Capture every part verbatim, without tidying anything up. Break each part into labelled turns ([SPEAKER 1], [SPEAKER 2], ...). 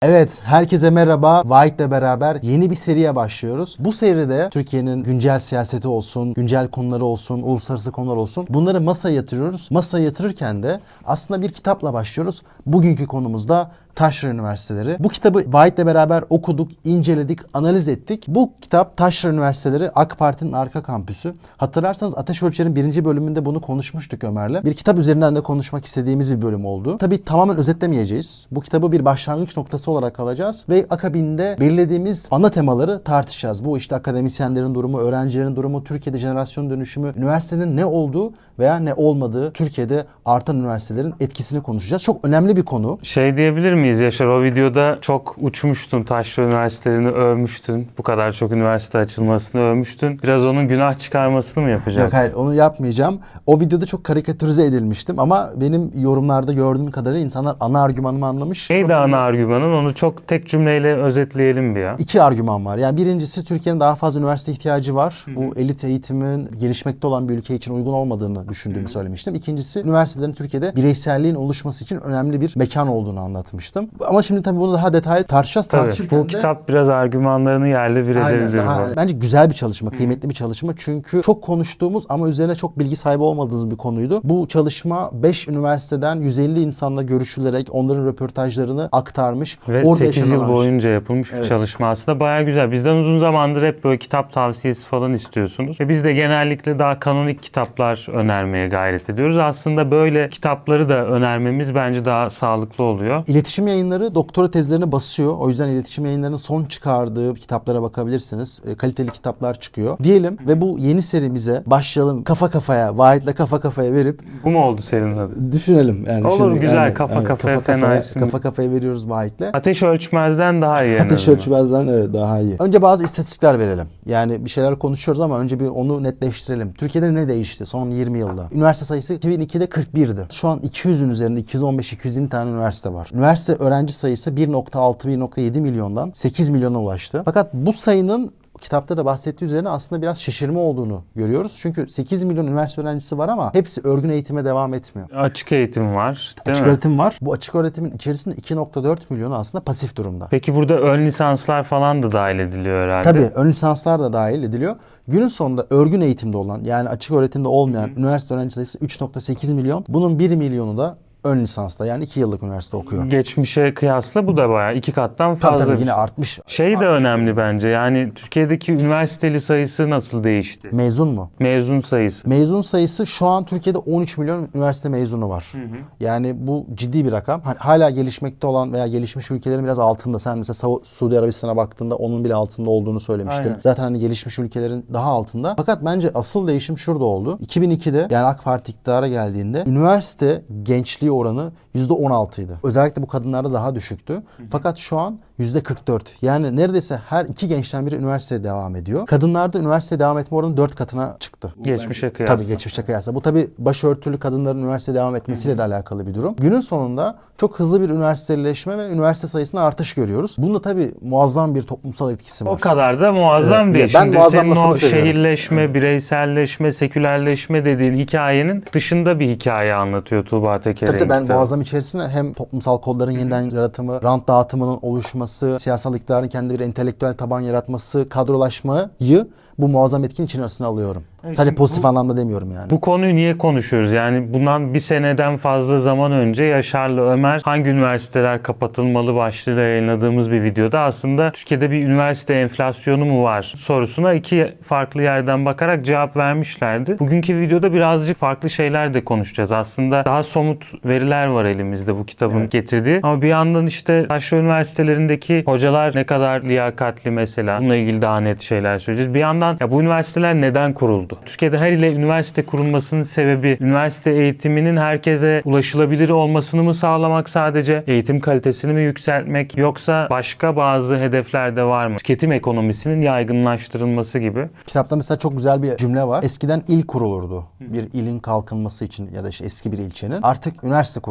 [SPEAKER 1] Evet, herkese merhaba. White'le beraber yeni bir seriye başlıyoruz. Bu seride Türkiye'nin güncel siyaseti olsun, güncel konuları olsun, uluslararası konular olsun. Bunları masaya yatırıyoruz. Masaya yatırırken de aslında bir kitapla başlıyoruz. Bugünkü konumuz da Taşra Üniversiteleri. Bu kitabı White'le beraber okuduk, inceledik, analiz ettik. Bu kitap Taşra Üniversiteleri AK Parti'nin arka kampüsü. Hatırlarsanız Ateş Ölçer'in birinci bölümünde bunu konuşmuştuk Ömer'le. Bir kitap üzerinden de konuşmak istediğimiz bir bölüm oldu. Tabii tamamen özetlemeyeceğiz. Bu kitabı bir başlangıç noktası olarak alacağız ve akabinde belirlediğimiz ana temaları tartışacağız. Bu işte akademisyenlerin durumu, öğrencilerin durumu, Türkiye'de jenerasyon dönüşümü, üniversitenin ne olduğu veya ne olmadığı, Türkiye'de artan üniversitelerin etkisini konuşacağız. Çok önemli bir konu.
[SPEAKER 2] Şey diyebilir miyiz Yaşar? O videoda çok uçmuştun, Taşra Üniversitelerini övmüştün. Bu kadar çok üniversite açılmasını övmüştün. Biraz onun günah çıkarmasını mı yapacaksın?
[SPEAKER 1] Yok hayır, onu yapmayacağım. O videoda çok karikatürize edilmiştim ama benim yorumlarda gördüğüm kadarıyla insanlar ana argümanımı anlamış.
[SPEAKER 2] Neydi ana argümanın? Onu çok tek cümleyle özetleyelim bir ya.
[SPEAKER 1] İki argüman var. Yani birincisi Türkiye'nin daha fazla üniversite ihtiyacı var. Hı hı. Bu elit eğitimin gelişmekte olan bir ülke için uygun olmadığını düşündüğümü hı hı. söylemiştim. İkincisi üniversitelerin Türkiye'de bireyselliğin oluşması için önemli bir mekan olduğunu anlatmıştım. Ama şimdi tabii bunu daha detaylı tartışacağız.
[SPEAKER 2] Tabii, bu de... kitap biraz argümanlarını yerli bir edebilir.
[SPEAKER 1] Daha, bence güzel bir çalışma, kıymetli bir çalışma. Çünkü çok konuştuğumuz ama üzerine çok bilgi sahibi olmadığımız bir konuydu. Bu çalışma beş üniversiteden yüz elli insanla görüşülerek onların röportajlarını aktarmış.
[SPEAKER 2] Ve sekiz yıl boyunca yapılmış evet. bir çalışma aslında. Bayağı güzel. Bizden uzun zamandır hep böyle kitap tavsiyesi falan istiyorsunuz. Ve biz de genellikle daha kanonik kitaplar önermeye gayret ediyoruz. Aslında böyle kitapları da önermemiz bence daha sağlıklı oluyor.
[SPEAKER 1] İletişim Yayınları doktora tezlerini basıyor. O yüzden İletişim Yayınları'nın son çıkardığı kitaplara bakabilirsiniz. E, kaliteli kitaplar çıkıyor. Diyelim ve bu yeni serimize başlayalım. Kafa kafaya, White'la kafa kafaya verip.
[SPEAKER 2] Bu mu oldu serinin adı?
[SPEAKER 1] Düşünelim. Yani
[SPEAKER 2] olur
[SPEAKER 1] şimdi,
[SPEAKER 2] güzel
[SPEAKER 1] yani,
[SPEAKER 2] kafa
[SPEAKER 1] yani,
[SPEAKER 2] kafaya
[SPEAKER 1] kafa
[SPEAKER 2] fena
[SPEAKER 1] kafaya,
[SPEAKER 2] isim.
[SPEAKER 1] kafa kafaya veriyoruz White'le.
[SPEAKER 2] Ateş Ölçmez'den daha iyi.
[SPEAKER 1] Ateş Ölçmez'den evet daha iyi. Önce bazı istatistikler verelim. Yani bir şeyler konuşuyoruz ama önce bir onu netleştirelim. Türkiye'de ne değişti son yirmi yılda? Üniversite sayısı iki bin ikide kırk birdi. Şu an iki yüzün üzerinde iki yüz on beş iki yüz yirmi tane üniversite var. Üniversite öğrenci sayısı bir nokta altı bir nokta yedi milyondan sekiz milyona ulaştı. Fakat bu sayının kitapta da bahsettiği üzerine aslında biraz şaşırma olduğunu görüyoruz. Çünkü sekiz milyon üniversite öğrencisi var ama hepsi örgün eğitime devam etmiyor.
[SPEAKER 2] Açık eğitim var. Değil
[SPEAKER 1] açık
[SPEAKER 2] mi?
[SPEAKER 1] öğretim var. Bu açık öğretimin içerisinde iki nokta dört milyonu aslında pasif durumda.
[SPEAKER 2] Peki burada ön lisanslar falan da dahil ediliyor herhalde.
[SPEAKER 1] Tabii ön lisanslar da dahil ediliyor. Günün sonunda örgün eğitimde olan yani açık öğretimde olmayan Hı. üniversite öğrenci sayısı üç nokta sekiz milyon. Bunun bir milyonu da ön lisansla yani iki yıllık üniversite okuyor.
[SPEAKER 2] Geçmişe kıyasla bu da bayağı iki kattan fazla.
[SPEAKER 1] Tabii tabii yine artmış.
[SPEAKER 2] Şey
[SPEAKER 1] artmış.
[SPEAKER 2] de önemli bence yani Türkiye'deki üniversiteli sayısı nasıl değişti?
[SPEAKER 1] Mezun mu?
[SPEAKER 2] Mezun sayısı.
[SPEAKER 1] Mezun sayısı şu an Türkiye'de on üç milyon üniversite mezunu var. Hı hı. Yani bu ciddi bir rakam. Hala gelişmekte olan veya gelişmiş ülkelerin biraz altında. Sen mesela Suudi Arabistan'a baktığında onun bile altında olduğunu söylemiştin. Aynen. Zaten hani gelişmiş ülkelerin daha altında. Fakat bence asıl değişim şurada oldu. iki bin ikide yani AK Parti iktidara geldiğinde üniversite gençliği oranı yüzde on altıydı. Özellikle bu kadınlarda daha düşüktü. Hı hı. Fakat şu an yüzde kırk dört. Yani neredeyse her iki gençten biri üniversiteye devam ediyor. Kadınlarda üniversiteye devam etme oranı dört katına çıktı.
[SPEAKER 2] Geçmişe kıyasla.
[SPEAKER 1] Tabii geçmişe kıyasla. Bu tabii başörtülü kadınların üniversiteye devam etmesiyle de alakalı bir durum. Günün sonunda çok hızlı bir üniversiteleşme ve üniversite sayısında artış görüyoruz. Bunun da tabii muazzam bir toplumsal etkisi var.
[SPEAKER 2] O kadar da muazzam evet. değil.
[SPEAKER 1] Ben
[SPEAKER 2] Şimdi
[SPEAKER 1] muazzam
[SPEAKER 2] senin o
[SPEAKER 1] seviyorum.
[SPEAKER 2] şehirleşme, evet. bireyselleşme, sekülerleşme dediğin hikayenin dışında bir hikaye anlatıyor Tuğba Teker'in.
[SPEAKER 1] Tabii ben muazzam içerisinde hem toplumsal kodların yeniden yaratımı, rant dağıtımının oluşması, siyasal iktidarın kendi bir entelektüel taban yaratması, kadrolaşmayı bu muazzam etkinin içine alıyorum. Evet, sadece pozitif bu, anlamda demiyorum yani.
[SPEAKER 2] Bu konuyu niye konuşuyoruz? Yani bundan bir seneden fazla zaman önce Yaşar'la Ömer hangi üniversiteler kapatılmalı başlığıyla yayınladığımız bir videoda aslında Türkiye'de bir üniversite enflasyonu mu var sorusuna iki farklı yerden bakarak cevap vermişlerdi. Bugünkü videoda birazcık farklı şeyler de konuşacağız. Aslında daha somut veriler var elimizde bu kitabın evet. getirdiği. Ama bir yandan işte Taşra üniversitelerindeki hocalar ne kadar liyakatli mesela. Bununla ilgili daha net şeyler söyleyeceğiz. Bir yandan ya bu üniversiteler neden kuruldu? Türkiye'de her ile üniversite kurulmasının sebebi üniversite eğitiminin herkese ulaşılabilir olmasını mı sağlamak sadece, eğitim kalitesini mi yükseltmek yoksa başka bazı hedefler de var mı? Tüketim ekonomisinin yaygınlaştırılması gibi.
[SPEAKER 1] Kitapta mesela çok güzel bir cümle var. Eskiden il kurulurdu. Bir ilin kalkınması için ya da işte eski bir ilçenin. Artık üniversite kuruluyor.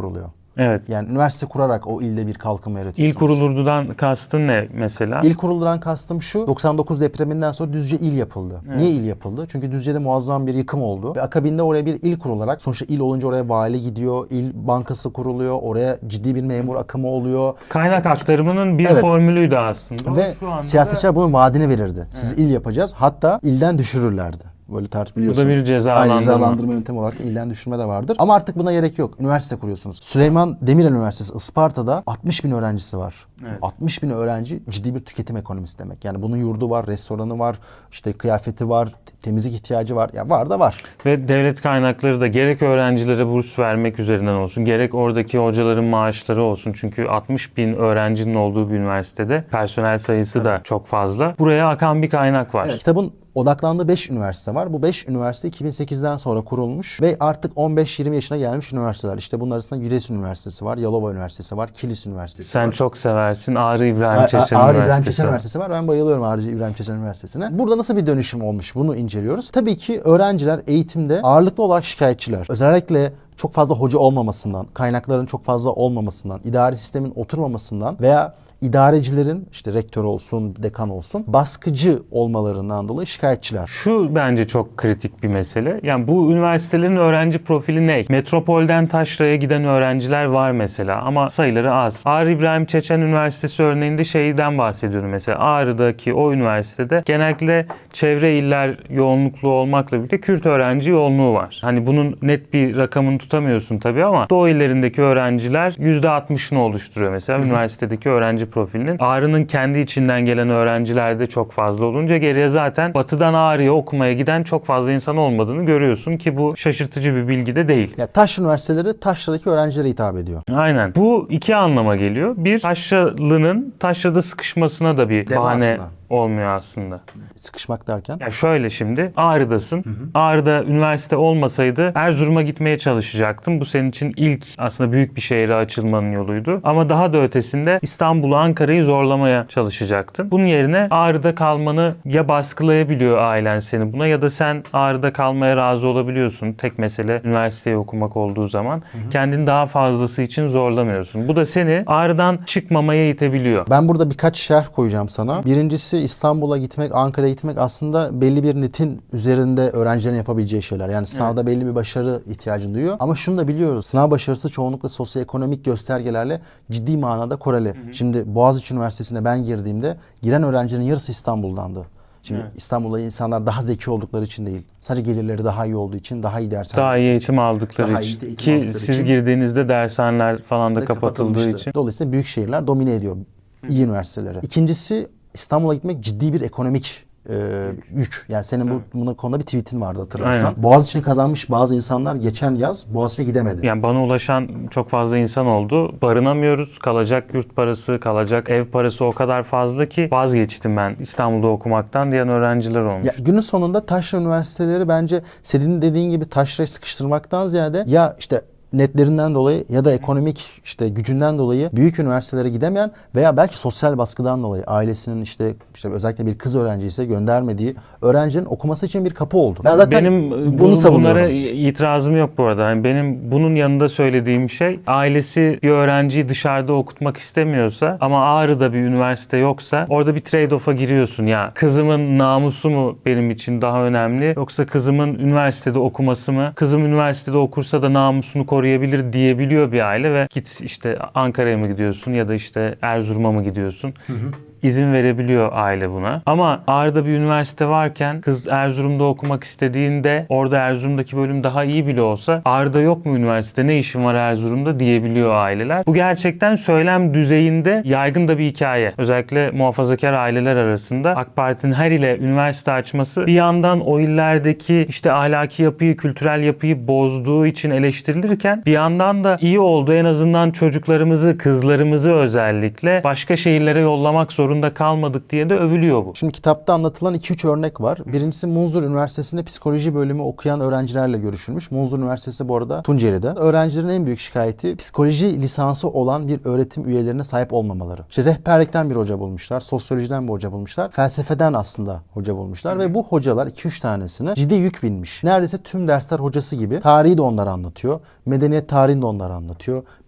[SPEAKER 2] Evet.
[SPEAKER 1] Yani üniversite kurarak o ilde bir kalkınma
[SPEAKER 2] İl
[SPEAKER 1] yaratıyorsunuz.
[SPEAKER 2] kurulurdudan kastın ne mesela?
[SPEAKER 1] İl kuruldudan kastım şu. doksan dokuz depreminden sonra Düzce il yapıldı.
[SPEAKER 2] Evet.
[SPEAKER 1] Niye il yapıldı? Çünkü Düzce'de muazzam bir yıkım oldu. Ve akabinde oraya bir il kurularak, sonuçta il olunca oraya vali gidiyor, il bankası kuruluyor, oraya ciddi bir memur akımı oluyor.
[SPEAKER 2] Kaynak aktarımının bir
[SPEAKER 1] Evet.
[SPEAKER 2] formülüydü aslında.
[SPEAKER 1] Ve
[SPEAKER 2] Şu anda
[SPEAKER 1] siyasetçiler bunun vaadini verirdi. Siz il yapacağız. Hatta ilden düşürürlerdi. Böyle tartış biliyorsun.
[SPEAKER 2] Bu da bir cezalandırma.
[SPEAKER 1] Aynı cezalandırma yöntemi olarak ilden düşürme de vardır. Ama artık buna gerek yok. Üniversite kuruyorsunuz. Süleyman Demirel Üniversitesi Isparta'da altmış bin öğrencisi var.
[SPEAKER 2] Evet.
[SPEAKER 1] altmış bin öğrenci ciddi bir tüketim ekonomisi demek. Yani bunun yurdu var, restoranı var, işte kıyafeti var, temizlik ihtiyacı var. Ya var da var.
[SPEAKER 2] Ve devlet kaynakları da gerek öğrencilere burs vermek üzerinden olsun, gerek oradaki hocaların maaşları olsun. Çünkü altmış bin öğrencinin olduğu bir üniversitede personel sayısı da çok fazla. Buraya akan bir kaynak var.
[SPEAKER 1] Evet, kitabın odaklandığı beş üniversite var. Bu beş üniversite iki bin sekizden sonra kurulmuş ve artık on beş yirmi yaşına gelmiş üniversiteler. İşte bunun arasında Giresun Üniversitesi var, Yalova Üniversitesi var, Kilis Üniversitesi
[SPEAKER 2] Sen
[SPEAKER 1] var.
[SPEAKER 2] çok seversin. Ağrı İbrahim
[SPEAKER 1] A-
[SPEAKER 2] Çeşen
[SPEAKER 1] Ağrı
[SPEAKER 2] Üniversitesi.
[SPEAKER 1] İbrahim Çeşen
[SPEAKER 2] var.
[SPEAKER 1] Üniversitesi var. Ben bayılıyorum Ağrı İbrahim Çeşen Üniversitesi'ne. Burada nasıl bir dönüşüm olmuş bunu inceliyoruz. Tabii ki öğrenciler eğitimde ağırlıklı olarak şikayetçiler. Özellikle çok fazla hoca olmamasından, kaynakların çok fazla olmamasından, idari sistemin oturmamasından veya idarecilerin, işte rektör olsun, dekan olsun, baskıcı olmalarından dolayı şikayetçiler.
[SPEAKER 2] Şu bence çok kritik bir mesele. Yani bu üniversitelerin öğrenci profili ne? Metropolden taşraya giden öğrenciler var mesela ama sayıları az. Ağrı İbrahim Çeşen Üniversitesi örneğinde şeyden bahsediyorum mesela. Ağrı'daki o üniversitede genellikle çevre iller yoğunluklu olmakla birlikte Kürt öğrenci yoğunluğu var. Hani bunun net bir rakamını tutamıyorsun tabii ama Doğu illerindeki öğrenciler yüzde altmışını oluşturuyor mesela üniversitedeki öğrenci profilinin. Ağrı'nın kendi içinden gelen öğrenciler de çok fazla olunca geriye zaten Batı'dan Ağrı'ya okumaya giden çok fazla insan olmadığını görüyorsun ki bu şaşırtıcı bir bilgi de değil.
[SPEAKER 1] Ya taş üniversiteleri taşradaki öğrencilere hitap ediyor.
[SPEAKER 2] Aynen. Bu iki anlama geliyor. Bir, taşralı'nın taşrada sıkışmasına da bir bahane
[SPEAKER 1] Devasına.
[SPEAKER 2] olmuyor aslında.
[SPEAKER 1] Sıkışmak derken?
[SPEAKER 2] Ya şöyle şimdi Ağrı'dasın. Hı hı. Ağrı'da üniversite olmasaydı Erzurum'a gitmeye çalışacaktın. Bu senin için ilk aslında büyük bir şehre açılmanın yoluydu. Ama daha da ötesinde İstanbul'u, Ankara'yı zorlamaya çalışacaktın. Bunun yerine Ağrı'da kalmanı ya baskılayabiliyor ailen seni buna ya da sen Ağrı'da kalmaya razı olabiliyorsun. Tek mesele üniversiteyi okumak olduğu zaman. Hı hı. Kendini daha fazlası için zorlamıyorsun. Bu da seni Ağrı'dan çıkmamaya itebiliyor.
[SPEAKER 1] Ben burada birkaç şerh koyacağım sana. Birincisi İstanbul'a gitmek, Ankara'ya gitmek aslında belli bir netin üzerinde öğrencilerin yapabileceği şeyler. Yani sınavda evet. belli bir başarı ihtiyacını duyuyor. Ama şunu da biliyoruz. Sınav başarısı çoğunlukla sosyoekonomik göstergelerle ciddi manada koreli. Hı hı. Şimdi Boğaziçi Üniversitesi'ne ben girdiğimde giren öğrencilerin yarısı İstanbul'dandı. Şimdi evet. İstanbul'da insanlar daha zeki oldukları için değil. Sadece gelirleri daha iyi olduğu için, daha iyi dershaneler
[SPEAKER 2] Daha iyi eğitim için, aldıkları daha için. Eğitim Ki aldıkları siz için girdiğinizde dershaneler falan da kapatıldığı için.
[SPEAKER 1] Dolayısıyla büyük şehirler domine ediyor iyi üniversiteleri. İkincisi İstanbul'a gitmek ciddi bir ekonomik e, yük. Yani senin bu buna konuda bir tweetin vardı hatırlarsan. Aynen. Boğaziçi'ni kazanmış bazı insanlar geçen yaz Boğaziçi'ne gidemedi.
[SPEAKER 2] Yani bana ulaşan çok fazla insan oldu. Barınamıyoruz. Kalacak yurt parası, kalacak ev parası o kadar fazla ki vazgeçtim ben İstanbul'da okumaktan diyen öğrenciler olmuş.
[SPEAKER 1] Ya, günün sonunda taşra üniversiteleri bence senin dediğin gibi taşrayı sıkıştırmaktan ziyade ya işte netlerinden dolayı ya da ekonomik işte gücünden dolayı büyük üniversitelere gidemeyen veya belki sosyal baskıdan dolayı ailesinin işte işte özellikle bir kız öğrenci ise göndermediği öğrencinin okuması için bir kapı oldu. Ben zaten
[SPEAKER 2] benim
[SPEAKER 1] bunu
[SPEAKER 2] bu,
[SPEAKER 1] savunuyorum.
[SPEAKER 2] Bunlara itirazım yok bu arada. Yani benim bunun yanında söylediğim şey ailesi bir öğrenciyi dışarıda okutmak istemiyorsa ama Ağrı'da bir üniversite yoksa orada bir trade-off'a giriyorsun ya. Kızımın namusu mu benim için daha önemli yoksa kızımın üniversitede okuması mı? Kızım üniversitede okursa da namusunu koruyabilir koruyabilir diyebiliyor bir aile ve git işte Ankara'ya mı gidiyorsun ya da işte Erzurum'a mı gidiyorsun? Hı hı. İzin verebiliyor aile buna. Ama Ağrı'da bir üniversite varken kız Erzurum'da okumak istediğinde orada Erzurum'daki bölüm daha iyi bile olsa Ağrı'da yok mu üniversite ne işin var Erzurum'da diyebiliyor aileler. Bu gerçekten söylem düzeyinde yaygın da bir hikaye. Özellikle muhafazakar aileler arasında AK Parti'nin her ile üniversite açması bir yandan o illerdeki işte ahlaki yapıyı, kültürel yapıyı bozduğu için eleştirilirken bir yandan da iyi oldu en azından çocuklarımızı, kızlarımızı özellikle başka şehirlere yollamak zorunda zorunda kalmadık diye de övülüyor bu.
[SPEAKER 1] Şimdi kitapta anlatılan iki üç örnek var. Birincisi Munzur Üniversitesi'nde psikoloji bölümü okuyan öğrencilerle görüşülmüş. Munzur Üniversitesi bu arada Tunceli'de. Öğrencilerin en büyük şikayeti psikoloji lisansı olan bir öğretim üyelerine sahip olmamaları. İşte rehberlikten bir hoca bulmuşlar, sosyolojiden bir hoca bulmuşlar, felsefeden aslında hoca bulmuşlar ve bu hocalar iki üç tanesine ciddi yük binmiş. Neredeyse tüm dersler hocası gibi tarihi de onlar anlatıyor, medeniyet tarihini de onlar anlatıyor,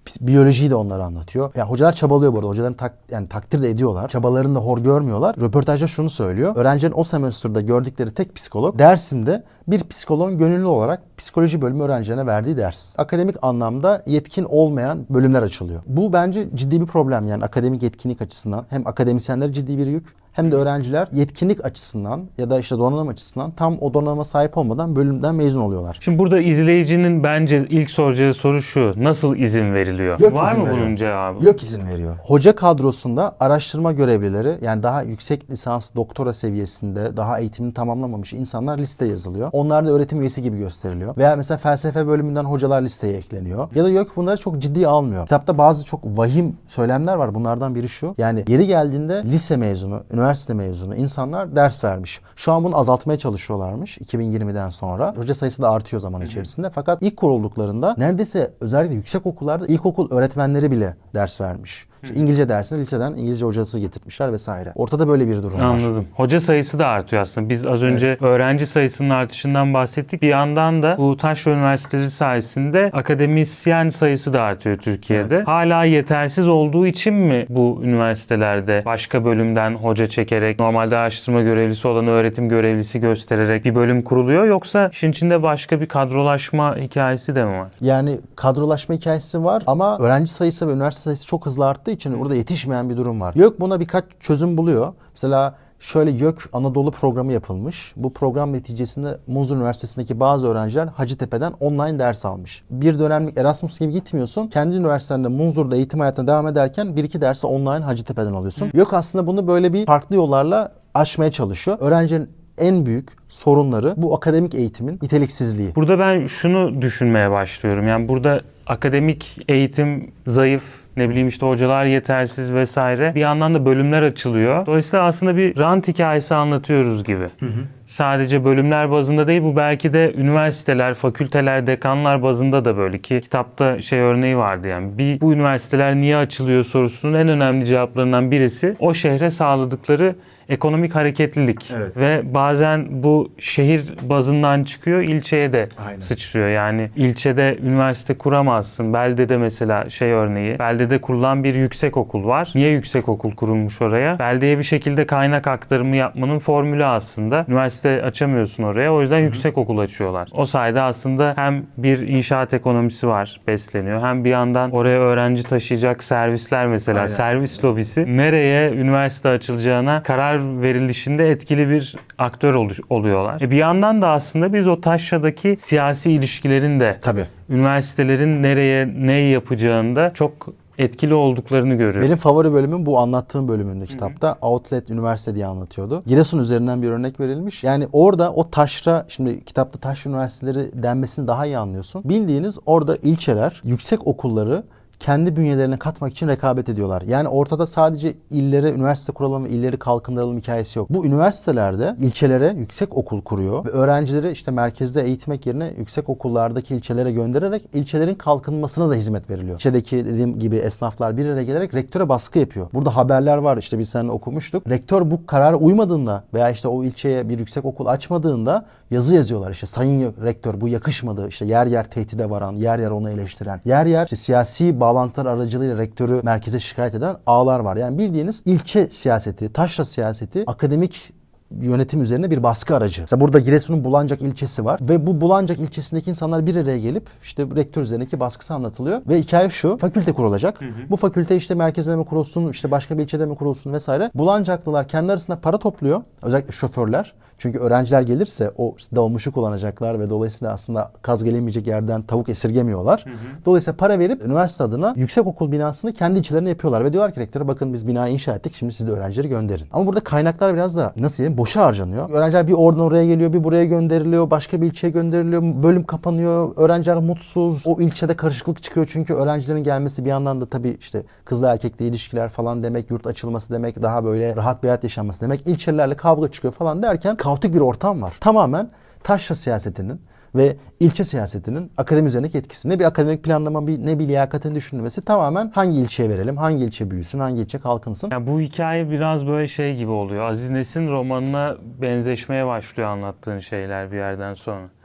[SPEAKER 1] Biyolojiyi de onlara anlatıyor. Ya hocalar çabalıyor bu arada. Hocaların tak, yani takdir de ediyorlar. Çabalarını da hor görmüyorlar. Röportajda şunu söylüyor. Öğrencilerin o semestrde gördükleri tek psikolog Dersim'de bir psikoloğun gönüllü olarak psikoloji bölümü öğrencilerine verdiği ders. Akademik anlamda yetkin olmayan bölümler açılıyor. Bu bence ciddi bir problem yani akademik yetkinlik açısından. Hem akademisyenlere ciddi bir yük hem de öğrenciler yetkinlik açısından ya da işte donanım açısından tam o donanıma sahip olmadan bölümden mezun oluyorlar.
[SPEAKER 2] Şimdi burada izleyicinin bence ilk soracağı soru şu. Nasıl izin veriliyor?
[SPEAKER 1] Yok
[SPEAKER 2] Var
[SPEAKER 1] izin
[SPEAKER 2] mı
[SPEAKER 1] veriyor.
[SPEAKER 2] bunun cevabı?
[SPEAKER 1] Yok izin veriyor. Hoca kadrosunda araştırma görevlileri yani daha yüksek lisans doktora seviyesinde daha eğitimini tamamlamamış insanlar listeye yazılıyor. Onlar da öğretim üyesi gibi gösteriliyor. Veya mesela felsefe bölümünden hocalar listeye ekleniyor. Ya da yok bunları çok ciddiye almıyor. Kitapta bazı çok vahim söylemler var. Bunlardan biri şu. Yani yeri geldiğinde lise mezunu, üniversite mezunu insanlar ders vermiş. Şu an bunu azaltmaya çalışıyorlarmış iki bin yirmiden sonra. Hoca sayısı da artıyor zaman içerisinde. Fakat ilk kurulduklarında neredeyse özellikle yüksek okullarda ilkokul öğretmenleri bile ders vermiş. İşte İngilizce dersini liseden İngilizce hocası getirtmişler vesaire. Ortada böyle bir durum var.
[SPEAKER 2] Anladım. Hoca sayısı da artıyor aslında. Biz az önce evet. öğrenci sayısının artışından bahsettik. Bir yandan da bu taşra üniversiteleri sayesinde akademisyen sayısı da artıyor Türkiye'de. Evet. Hala yetersiz olduğu için mi bu üniversitelerde başka bölümden hoca çekerek, normalde araştırma görevlisi olan öğretim görevlisi göstererek bir bölüm kuruluyor? Yoksa işin içinde başka bir kadrolaşma hikayesi de mi var?
[SPEAKER 1] Yani kadrolaşma hikayesi var ama öğrenci sayısı ve üniversite sayısı çok hızlı arttığı için burada yetişmeyen bir durum var. YÖK buna birkaç çözüm buluyor. Mesela şöyle YÖK Anadolu programı yapılmış. Bu program neticesinde Muzur Üniversitesi'ndeki bazı öğrenciler Hacettepe'den online ders almış. Bir dönemlik Erasmus gibi gitmiyorsun. Kendi üniversitende Muzur'da eğitim hayatına devam ederken bir iki dersi online Hacettepe'den alıyorsun. Hı. YÖK aslında bunu böyle bir farklı yollarla aşmaya çalışıyor. Öğrencilerin en büyük sorunları bu akademik eğitimin niteliksizliği.
[SPEAKER 2] Burada ben şunu düşünmeye başlıyorum. Yani burada akademik eğitim zayıf, ne bileyim işte hocalar yetersiz vesaire. Bir yandan da bölümler açılıyor. Dolayısıyla aslında bir rant hikayesi anlatıyoruz gibi. Hı hı. Sadece bölümler bazında değil, bu belki de üniversiteler, fakülteler, dekanlar bazında da böyle ki kitapta şey örneği vardı yani. Bir, bu üniversiteler niye açılıyor sorusunun en önemli cevaplarından birisi o şehre sağladıkları ekonomik hareketlilik. Evet. Ve bazen bu şehir bazından çıkıyor, ilçeye de Aynen. sıçrıyor. Yani ilçede üniversite kuramazsın. Beldede mesela şey örneği, beldede kurulan bir yüksek okul var. Niye yüksek okul kurulmuş oraya? Beldeye bir şekilde kaynak aktarımı yapmanın formülü aslında. Üniversite açamıyorsun oraya. O yüzden Hı-hı. yüksek okul açıyorlar. O sayede aslında hem bir inşaat ekonomisi var, besleniyor. Hem bir yandan oraya öğrenci taşıyacak servisler mesela, Aynen. servis lobisi nereye üniversite açılacağına karar verilişinde etkili bir aktör ol- oluyorlar. E bir yandan da aslında biz o taşradaki siyasi ilişkilerin de Tabii. üniversitelerin nereye ne yapacağında çok etkili olduklarını görüyoruz.
[SPEAKER 1] Benim favori bölümüm bu anlattığım bölümünde kitapta. Hı hı. Outlet Üniversite diye anlatıyordu. Giresun üzerinden bir örnek verilmiş. Yani orada o taşra, şimdi kitapta taşra üniversiteleri denmesini daha iyi anlıyorsun. Bildiğiniz orada ilçeler, yüksek okulları kendi bünyelerine katmak için rekabet ediyorlar. Yani ortada sadece illere üniversite kuralım ve illeri kalkındıralım hikayesi yok. Bu üniversitelerde ilçelere yüksek okul kuruyor ve öğrencileri işte merkezde eğitmek yerine yüksek okullardaki ilçelere göndererek ilçelerin kalkınmasına da hizmet veriliyor. İlçedeki dediğim gibi esnaflar bir araya gelerek rektöre baskı yapıyor. Burada haberler var, işte biz seninle okumuştuk. Rektör bu karara uymadığında veya işte o ilçeye bir yüksek okul açmadığında yazı yazıyorlar. İşte sayın rektör bu yakışmadı. İşte yer yer tehdide varan, yer yer onu eleştiren, yer yer işte siyasi bağlantılar aracılığıyla rektörü merkeze şikayet eden ağlar var. Yani bildiğiniz ilçe siyaseti, taşra siyaseti akademik yönetim üzerine bir baskı aracı. Mesela burada Giresun'un Bulancak ilçesi var ve bu Bulancak ilçesindeki insanlar bir araya gelip işte rektör üzerindeki baskısı anlatılıyor ve hikaye şu: fakülte kurulacak. Hı hı. Bu fakülte işte merkezde mi kurulsun, işte başka bir ilçede mi kurulsun vesaire. Bulancaklılar kendi arasında para topluyor. Özellikle şoförler. Çünkü öğrenciler gelirse o dolmuşu kullanacaklar ve dolayısıyla aslında kaz gelemeyecek yerden tavuk esirgemiyorlar. Hı hı. Dolayısıyla para verip üniversite adına yüksek okul binasını kendi içlerine yapıyorlar ve diyorlar ki rektöre bakın biz binayı inşa ettik, şimdi siz de öğrencileri gönderin. Ama burada kaynaklar biraz da nasıl diyeyim boşa harcanıyor. Öğrenciler bir oradan oraya geliyor, bir buraya gönderiliyor, başka bir ilçeye gönderiliyor, bölüm kapanıyor, öğrenciler mutsuz, o ilçede karışıklık çıkıyor çünkü öğrencilerin gelmesi bir yandan da tabii işte kızla erkekle ilişkiler falan demek, yurt açılması demek, daha böyle rahat bir hayat yaşanması demek, ilçelerle kavga çıkıyor falan derken kaotik bir ortam var. Tamamen taşra siyasetinin ve ilçe siyasetinin akademi üzerindeki etkisi. Ne bir akademik planlama, bir, ne bir liyakatin düşünülmesi, tamamen hangi ilçeye verelim, hangi ilçe büyüsün, hangi ilçe kalkınsın.
[SPEAKER 2] Ya bu hikaye biraz böyle şey gibi oluyor. Aziz Nesin romanına benzeşmeye başlıyor anlattığın şeyler bir yerden sonra.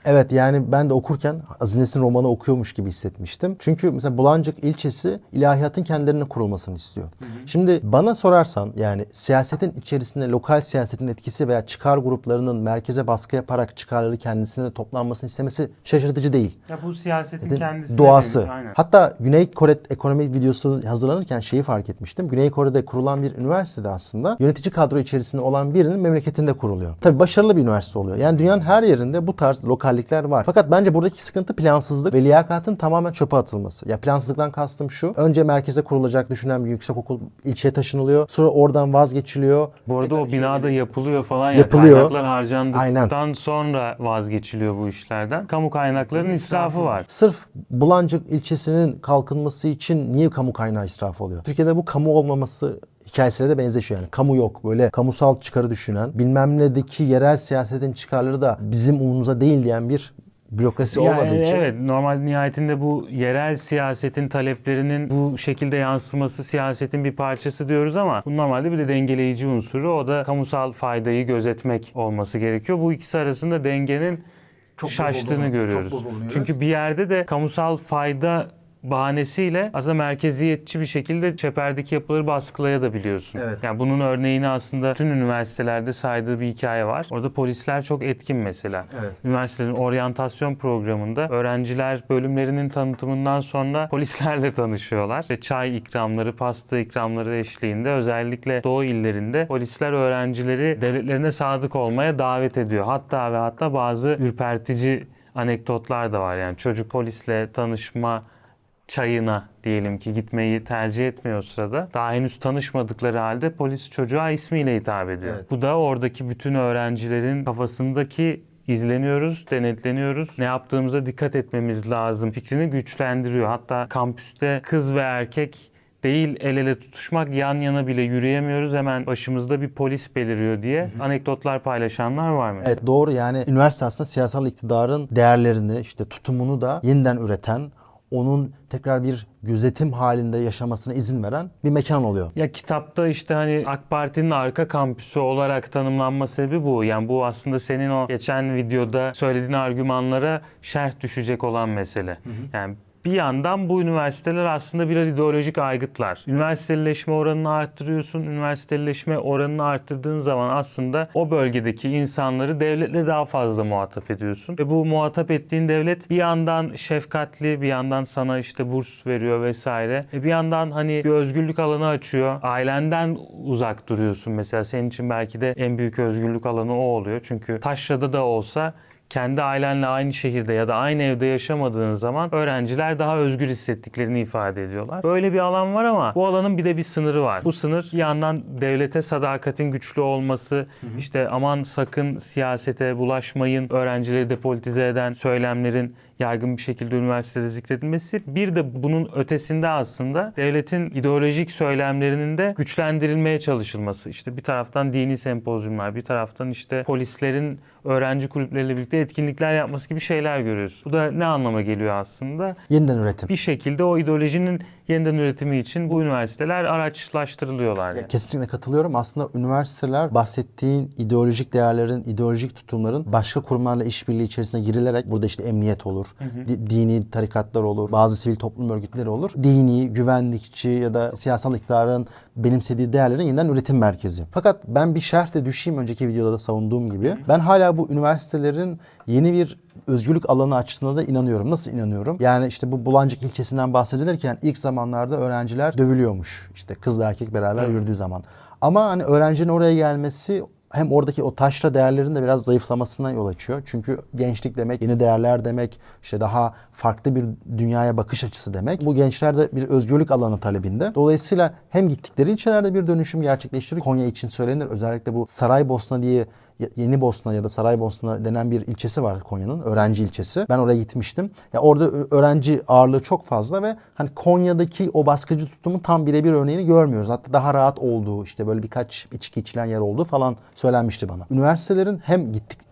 [SPEAKER 1] Evet, yani ben de okurken Aziz Nesin romanı okuyormuş gibi hissetmiştim. Çünkü mesela Bulancık ilçesi ilahiyatın kendilerine kurulmasını istiyor. Hı hı. Şimdi bana sorarsan, yani siyasetin içerisinde lokal siyasetin etkisi veya çıkar gruplarının merkeze baskı yaparak çıkarları kendisine toplanmasını istemesi şaşırtıcı değil.
[SPEAKER 2] Ya bu siyasetin kendisi
[SPEAKER 1] doğası. Hatta Güney Kore ekonomi videosu hazırlanırken şeyi fark etmiştim. Güney Kore'de kurulan bir üniversitede aslında yönetici kadro içerisinde olan birinin memleketinde kuruluyor. Tabii başarılı bir üniversite oluyor. Yani dünyanın her yerinde bu tarz lokallikler var. Fakat bence buradaki sıkıntı plansızlık ve liyakatın tamamen çöpe atılması. Ya plansızlıktan kastım şu: önce merkeze kurulacak düşünen bir yüksekokul ilçeye taşınılıyor. Sonra oradan vazgeçiliyor.
[SPEAKER 2] Bu arada o binada yapılıyor falan ya.
[SPEAKER 1] Yapılıyor.
[SPEAKER 2] Kaynaklar harcandıktan
[SPEAKER 1] Aynen.
[SPEAKER 2] sonra vazgeçiliyor bu işlerden. Kamu kaynaklarının israfı var.
[SPEAKER 1] Sırf Bulancık ilçesinin kalkınması için niye kamu kaynağı israfı oluyor? Türkiye'de bu kamu olmaması hikayesine de benzeşiyor yani. Kamu yok. Böyle kamusal çıkarı düşünen, bilmem nedeki yerel siyasetin çıkarları da bizim umurumuza değil diyen bir bürokrasi
[SPEAKER 2] Yani
[SPEAKER 1] olmadığı için.
[SPEAKER 2] Evet, normal nihayetinde bu yerel siyasetin taleplerinin bu şekilde yansıması siyasetin bir parçası diyoruz ama bu normalde bir de dengeleyici unsuru, o da kamusal faydayı gözetmek olması gerekiyor. Bu ikisi arasında dengenin çok şaştığını görüyoruz. Çok Çünkü bir yerde de kamusal fayda bahanesiyle aslında merkeziyetçi bir şekilde çeperdeki yapıları baskılayabiliyorsun.
[SPEAKER 1] Evet.
[SPEAKER 2] Yani bunun örneğini aslında tüm üniversitelerde saydığı bir hikaye var. Orada polisler çok etkin mesela.
[SPEAKER 1] Evet.
[SPEAKER 2] Üniversitelerin oryantasyon programında öğrenciler bölümlerinin tanıtımından sonra polislerle tanışıyorlar. Ve çay ikramları, pasta ikramları eşliğinde özellikle Doğu illerinde polisler öğrencileri devletlerine sadık olmaya davet ediyor. Hatta ve hatta bazı ürpertici anekdotlar da var. Yani çocuk polisle tanışma çayına diyelim ki gitmeyi tercih etmiyor o sırada. Daha henüz tanışmadıkları halde polis çocuğa ismiyle hitap ediyor. Evet. Bu da oradaki bütün öğrencilerin kafasındaki izleniyoruz, denetleniyoruz, ne yaptığımıza dikkat etmemiz lazım fikrini güçlendiriyor. Hatta kampüste kız ve erkek değil el ele tutuşmak, yan yana bile yürüyemiyoruz, hemen başımızda bir polis beliriyor diye hı hı. anekdotlar paylaşanlar var mı?
[SPEAKER 1] Evet, doğru. Yani üniversite aslında siyasal iktidarın değerlerini, işte tutumunu da yeniden üreten, onun tekrar bir gözetim halinde yaşamasına izin veren bir mekan oluyor.
[SPEAKER 2] Ya kitapta işte hani AK Parti'nin arka kampüsü olarak tanımlanma sebebi bu. Yani bu aslında senin o geçen videoda söylediğin argümanlara şerh düşecek olan mesele. Hı hı. Yani bir yandan bu üniversiteler aslında birer ideolojik aygıtlar. Üniversiteleşme oranını arttırıyorsun. Üniversiteleşme oranını arttırdığın zaman aslında o bölgedeki insanları devletle daha fazla muhatap ediyorsun. Ve bu muhatap ettiğin devlet bir yandan şefkatli, bir yandan sana işte burs veriyor vesaire. E bir yandan hani bir özgürlük alanı açıyor. Ailenden uzak duruyorsun mesela. Senin için belki de en büyük özgürlük alanı o oluyor. Çünkü taşrada da olsa kendi ailenle aynı şehirde ya da aynı evde yaşamadığın zaman öğrenciler daha özgür hissettiklerini ifade ediyorlar. Böyle bir alan var ama bu alanın bir de bir sınırı var. Bu sınır bir yandan devlete sadakatin güçlü olması, hı hı. işte aman sakın siyasete bulaşmayın, öğrencileri depolitize eden söylemlerin yaygın bir şekilde üniversitede zikredilmesi. Bir de bunun ötesinde aslında devletin ideolojik söylemlerinin de güçlendirilmeye çalışılması. İşte bir taraftan dini sempozyumlar, bir taraftan işte polislerin öğrenci kulüpleriyle birlikte etkinlikler yapması gibi şeyler görüyoruz. Bu da ne anlama geliyor aslında?
[SPEAKER 1] Yeniden üretim.
[SPEAKER 2] Bir şekilde o ideolojinin yeniden üretimi için bu üniversiteler araçlaştırılıyorlar. Yani.
[SPEAKER 1] Kesinlikle katılıyorum. Aslında üniversiteler bahsettiğin ideolojik değerlerin, ideolojik tutumların başka kurumlarla işbirliği içerisine girilerek, burada işte emniyet olur, hı hı. Di- dini tarikatlar olur, bazı sivil toplum örgütleri olur. Dini, güvenlikçi ya da siyasal iktidarın benimsediği değerlerin yeniden üretim merkezi. Fakat ben bir şerhte düşeyim, önceki videoda da savunduğum gibi. Hı hı. Ben hala bu üniversitelerin yeni bir özgürlük alanı açısına da inanıyorum. Nasıl inanıyorum? Yani işte bu Bulancık ilçesinden bahsedilirken ilk zamanlarda öğrenciler dövülüyormuş. İşte kızla erkek beraber evet. yürüdüğü zaman. Ama hani öğrencinin oraya gelmesi hem oradaki o taşra değerlerin de biraz zayıflamasına yol açıyor. Çünkü gençlik demek, yeni değerler demek, işte daha farklı bir dünyaya bakış açısı demek. Bu gençler de bir özgürlük alanı talebinde. Dolayısıyla hem gittikleri ilçelerde bir dönüşüm gerçekleştiriyor. Konya için söylenir. Özellikle bu Saraybosna diye, Yeni Bosna ya da Saraybosna denen bir ilçesi var Konya'nın, öğrenci ilçesi. Ben oraya gitmiştim. Ya orada öğrenci ağırlığı çok fazla ve hani Konya'daki o baskıcı tutumun tam birebir örneğini görmüyoruz. Hatta daha rahat olduğu, işte böyle birkaç içki içilen yer olduğu falan söylenmişti bana. Üniversitelerin hem gittik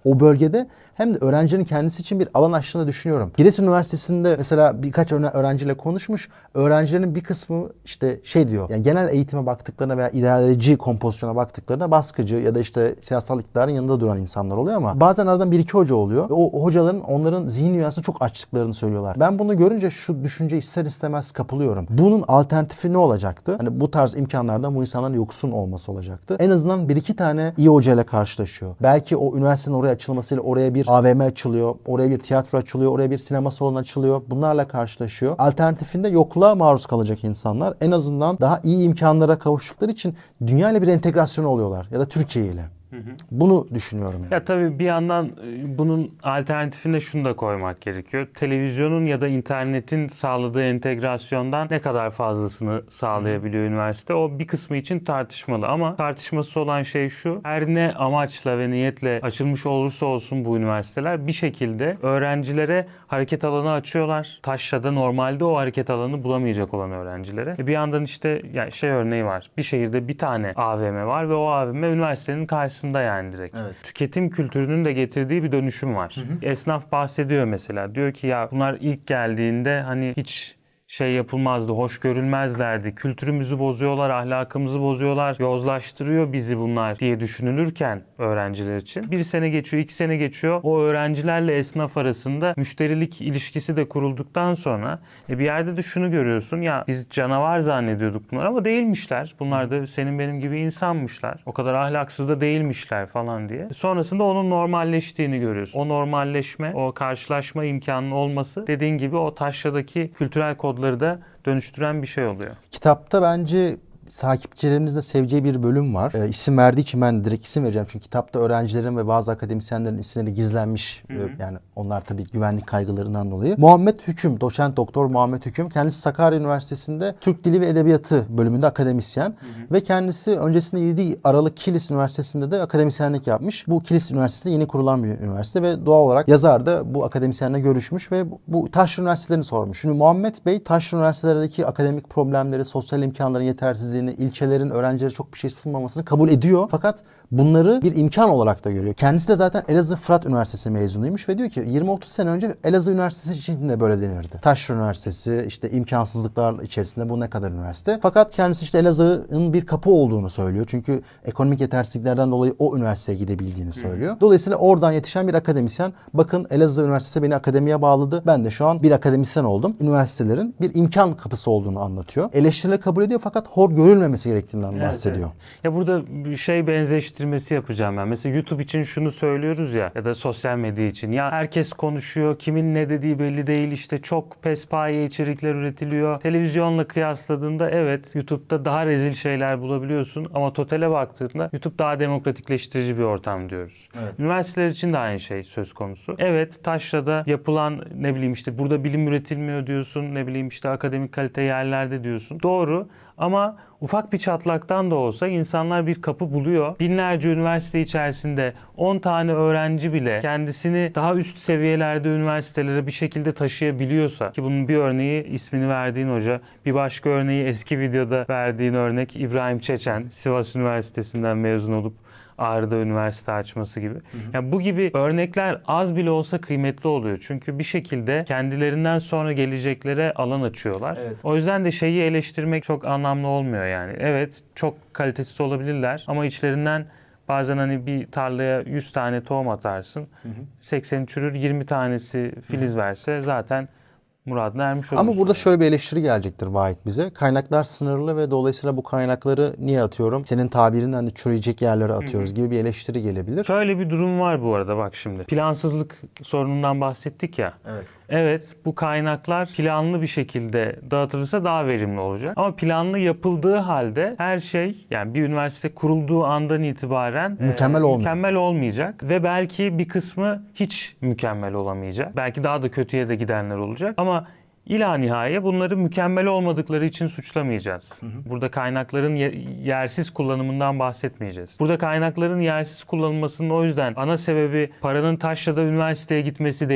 [SPEAKER 1] o bölgede hem de öğrencinin kendisi için bir alan açtığını düşünüyorum. Giresun Üniversitesi'nde mesela birkaç öğrenciyle konuşmuş. Öğrencilerin bir kısmı işte şey diyor. Yani genel eğitime baktıklarına veya idareci kompozisyona baktıklarına baskıcı ya da işte siyasal iktidarın yanında duran insanlar oluyor ama bazen aradan bir iki hoca oluyor. Ve o hocaların onların zihin dünyasını çok açtıklarını söylüyorlar. Ben bunu görünce şu düşünce ister istemez kapılıyorum. Bunun alternatifi ne olacaktı? Hani bu tarz imkanlardan bu insanların yoksun olması olacaktı. En azından bir iki tane iyi hocayla karşılaşıyor. Belki o üniversitenin oraya açılmasıyla oraya bir A V M açılıyor, oraya bir tiyatro açılıyor, oraya bir sinema salonu açılıyor. Bunlarla karşılaşıyor. Alternatifinde yokluğa maruz kalacak insanlar en azından daha iyi imkanlara kavuştukları için dünya ile bir entegrasyon oluyorlar ya da Türkiye ile. Hı hı. Bunu düşünüyorum yani.
[SPEAKER 2] Ya tabii bir yandan bunun alternatifine şunu da koymak gerekiyor. Televizyonun ya da internetin sağladığı entegrasyondan ne kadar fazlasını sağlayabiliyor hı. üniversite? O bir kısmı için tartışmalı ama tartışması olan şey şu. Her ne amaçla ve niyetle açılmış olursa olsun bu üniversiteler bir şekilde öğrencilere hareket alanı açıyorlar. Taşra'da normalde o hareket alanı bulamayacak olan öğrencilere. E bir yandan işte yani şey örneği var. Bir şehirde bir tane A V M var ve o A V M üniversitenin karşısında yani direkt. Evet. Tüketim kültürünün de getirdiği bir dönüşüm var. Hı hı. Esnaf bahsediyor mesela. Diyor ki ya bunlar ilk geldiğinde hani hiç şey yapılmazdı, hoş görülmezlerdi. Kültürümüzü bozuyorlar, ahlakımızı bozuyorlar, yozlaştırıyor bizi bunlar diye düşünülürken öğrenciler için. Bir sene geçiyor, iki sene geçiyor. O öğrencilerle esnaf arasında müşterilik ilişkisi de kurulduktan sonra e bir yerde de şunu görüyorsun. Ya biz canavar zannediyorduk bunlar ama değilmişler. Bunlar da senin benim gibi insanmışlar. O kadar ahlaksız da değilmişler falan diye. Sonrasında onun normalleştiğini görüyorsun. O normalleşme, o karşılaşma imkanının olması dediğin gibi o Taşra'daki kültürel kodları da dönüştüren bir şey oluyor.
[SPEAKER 1] Kitapta bence takipçilerimizin de seveceği bir bölüm var. E, isim verdiği için ben direkt isim vereceğim. Çünkü kitapta öğrencilerin ve bazı akademisyenlerin isimleri gizlenmiş. Hı hı. E, yani onlar tabii güvenlik kaygılarından dolayı. Muhammed Hüküm, doçent doktor Muhammed Hüküm. Kendisi Sakarya Üniversitesi'nde Türk Dili ve Edebiyatı bölümünde akademisyen. Hı hı. Ve kendisi öncesinde yedi Aralık Kilis Üniversitesi'nde de akademisyenlik yapmış. Bu Kilis Üniversitesi yeni kurulan bir üniversite ve doğal olarak yazar da bu akademisyenle görüşmüş ve bu Taşra Üniversitelerini sormuş. Şimdi Muhammed Bey Taşra Üniversitelerdeki akademik problemleri, sosyal imkanların yetersizliği, ilçelerin öğrencilere çok bir şey sunmamasını kabul ediyor. Fakat bunları bir imkan olarak da görüyor. Kendisi de zaten Elazığ Fırat Üniversitesi mezunuymuş ve diyor ki yirmi otuz sene önce Elazığ Üniversitesi için de böyle denirdi. Taşra Üniversitesi işte imkansızlıklar içerisinde bu ne kadar üniversite. Fakat kendisi işte Elazığ'ın bir kapı olduğunu söylüyor. Çünkü ekonomik yetersizliklerden dolayı o üniversiteye gidebildiğini söylüyor. Dolayısıyla oradan yetişen bir akademisyen bakın Elazığ Üniversitesi beni akademiye bağladı. Ben de şu an bir akademisyen oldum. Üniversitelerin bir imkan kapısı olduğunu anlatıyor. Eleştirileri kabul ediyor fakat hor görülmemesi gerektiğinden evet, bahsediyor.
[SPEAKER 2] Evet. Ya burada bir şey benzeştirmesi yapacağım ben. Mesela YouTube için şunu söylüyoruz ya ya da sosyal medya için. Ya herkes konuşuyor. Kimin ne dediği belli değil. İşte çok pespaye içerikler üretiliyor. Televizyonla kıyasladığında evet YouTube'da daha rezil şeyler bulabiliyorsun ama totale baktığında YouTube daha demokratikleştirici bir ortam diyoruz. Evet. Üniversiteler için de aynı şey söz konusu. Evet Taşra'da yapılan ne bileyim işte burada bilim üretilmiyor diyorsun. Ne bileyim işte akademik kalite yerlerde diyorsun. Doğru. Ama ufak bir çatlaktan da olsa insanlar bir kapı buluyor. Binlerce üniversite içerisinde on tane öğrenci bile kendisini daha üst seviyelerde üniversitelere bir şekilde taşıyabiliyorsa ki bunun bir örneği ismini verdiğin hoca, bir başka örneği eski videoda verdiğin örnek İbrahim Çeçen, Sivas Üniversitesi'nden mezun olup Ağrı'da üniversite açması gibi. Hı hı. Yani bu gibi örnekler az bile olsa kıymetli oluyor. Çünkü bir şekilde kendilerinden sonra geleceklere alan açıyorlar. Evet. O yüzden de şeyi eleştirmek çok anlamlı olmuyor yani. Evet çok kalitesiz olabilirler ama içlerinden bazen hani bir tarlaya yüz tane tohum atarsın. Hı hı. sekseni çürür, yirmi tanesi filiz hı hı. verse zaten muradına ermiş olursun.
[SPEAKER 1] Ama burada şöyle bir eleştiri gelecektir Vahit bize. Kaynaklar sınırlı ve dolayısıyla bu kaynakları niye atıyorum? Senin tabirinden hani çürüyecek yerlere atıyoruz Hı-hı. gibi bir eleştiri gelebilir.
[SPEAKER 2] Şöyle bir durum var bu arada bak şimdi. Plansızlık sorunundan bahsettik ya.
[SPEAKER 1] Evet.
[SPEAKER 2] Evet bu kaynaklar planlı bir şekilde dağıtılırsa daha verimli olacak. Ama planlı yapıldığı halde her şey yani bir üniversite kurulduğu andan itibaren
[SPEAKER 1] mükemmel,
[SPEAKER 2] e, mükemmel olmayacak. Ve belki bir kısmı hiç mükemmel olamayacak. Belki daha da kötüye de gidenler olacak. Ama İla nihaya bunları mükemmel olmadıkları için suçlamayacağız. Hı hı. Burada kaynakların yersiz kullanımından bahsetmeyeceğiz. Burada kaynakların yersiz kullanılmasının o yüzden ana sebebi paranın Taşra'da üniversiteye gitmesi değil.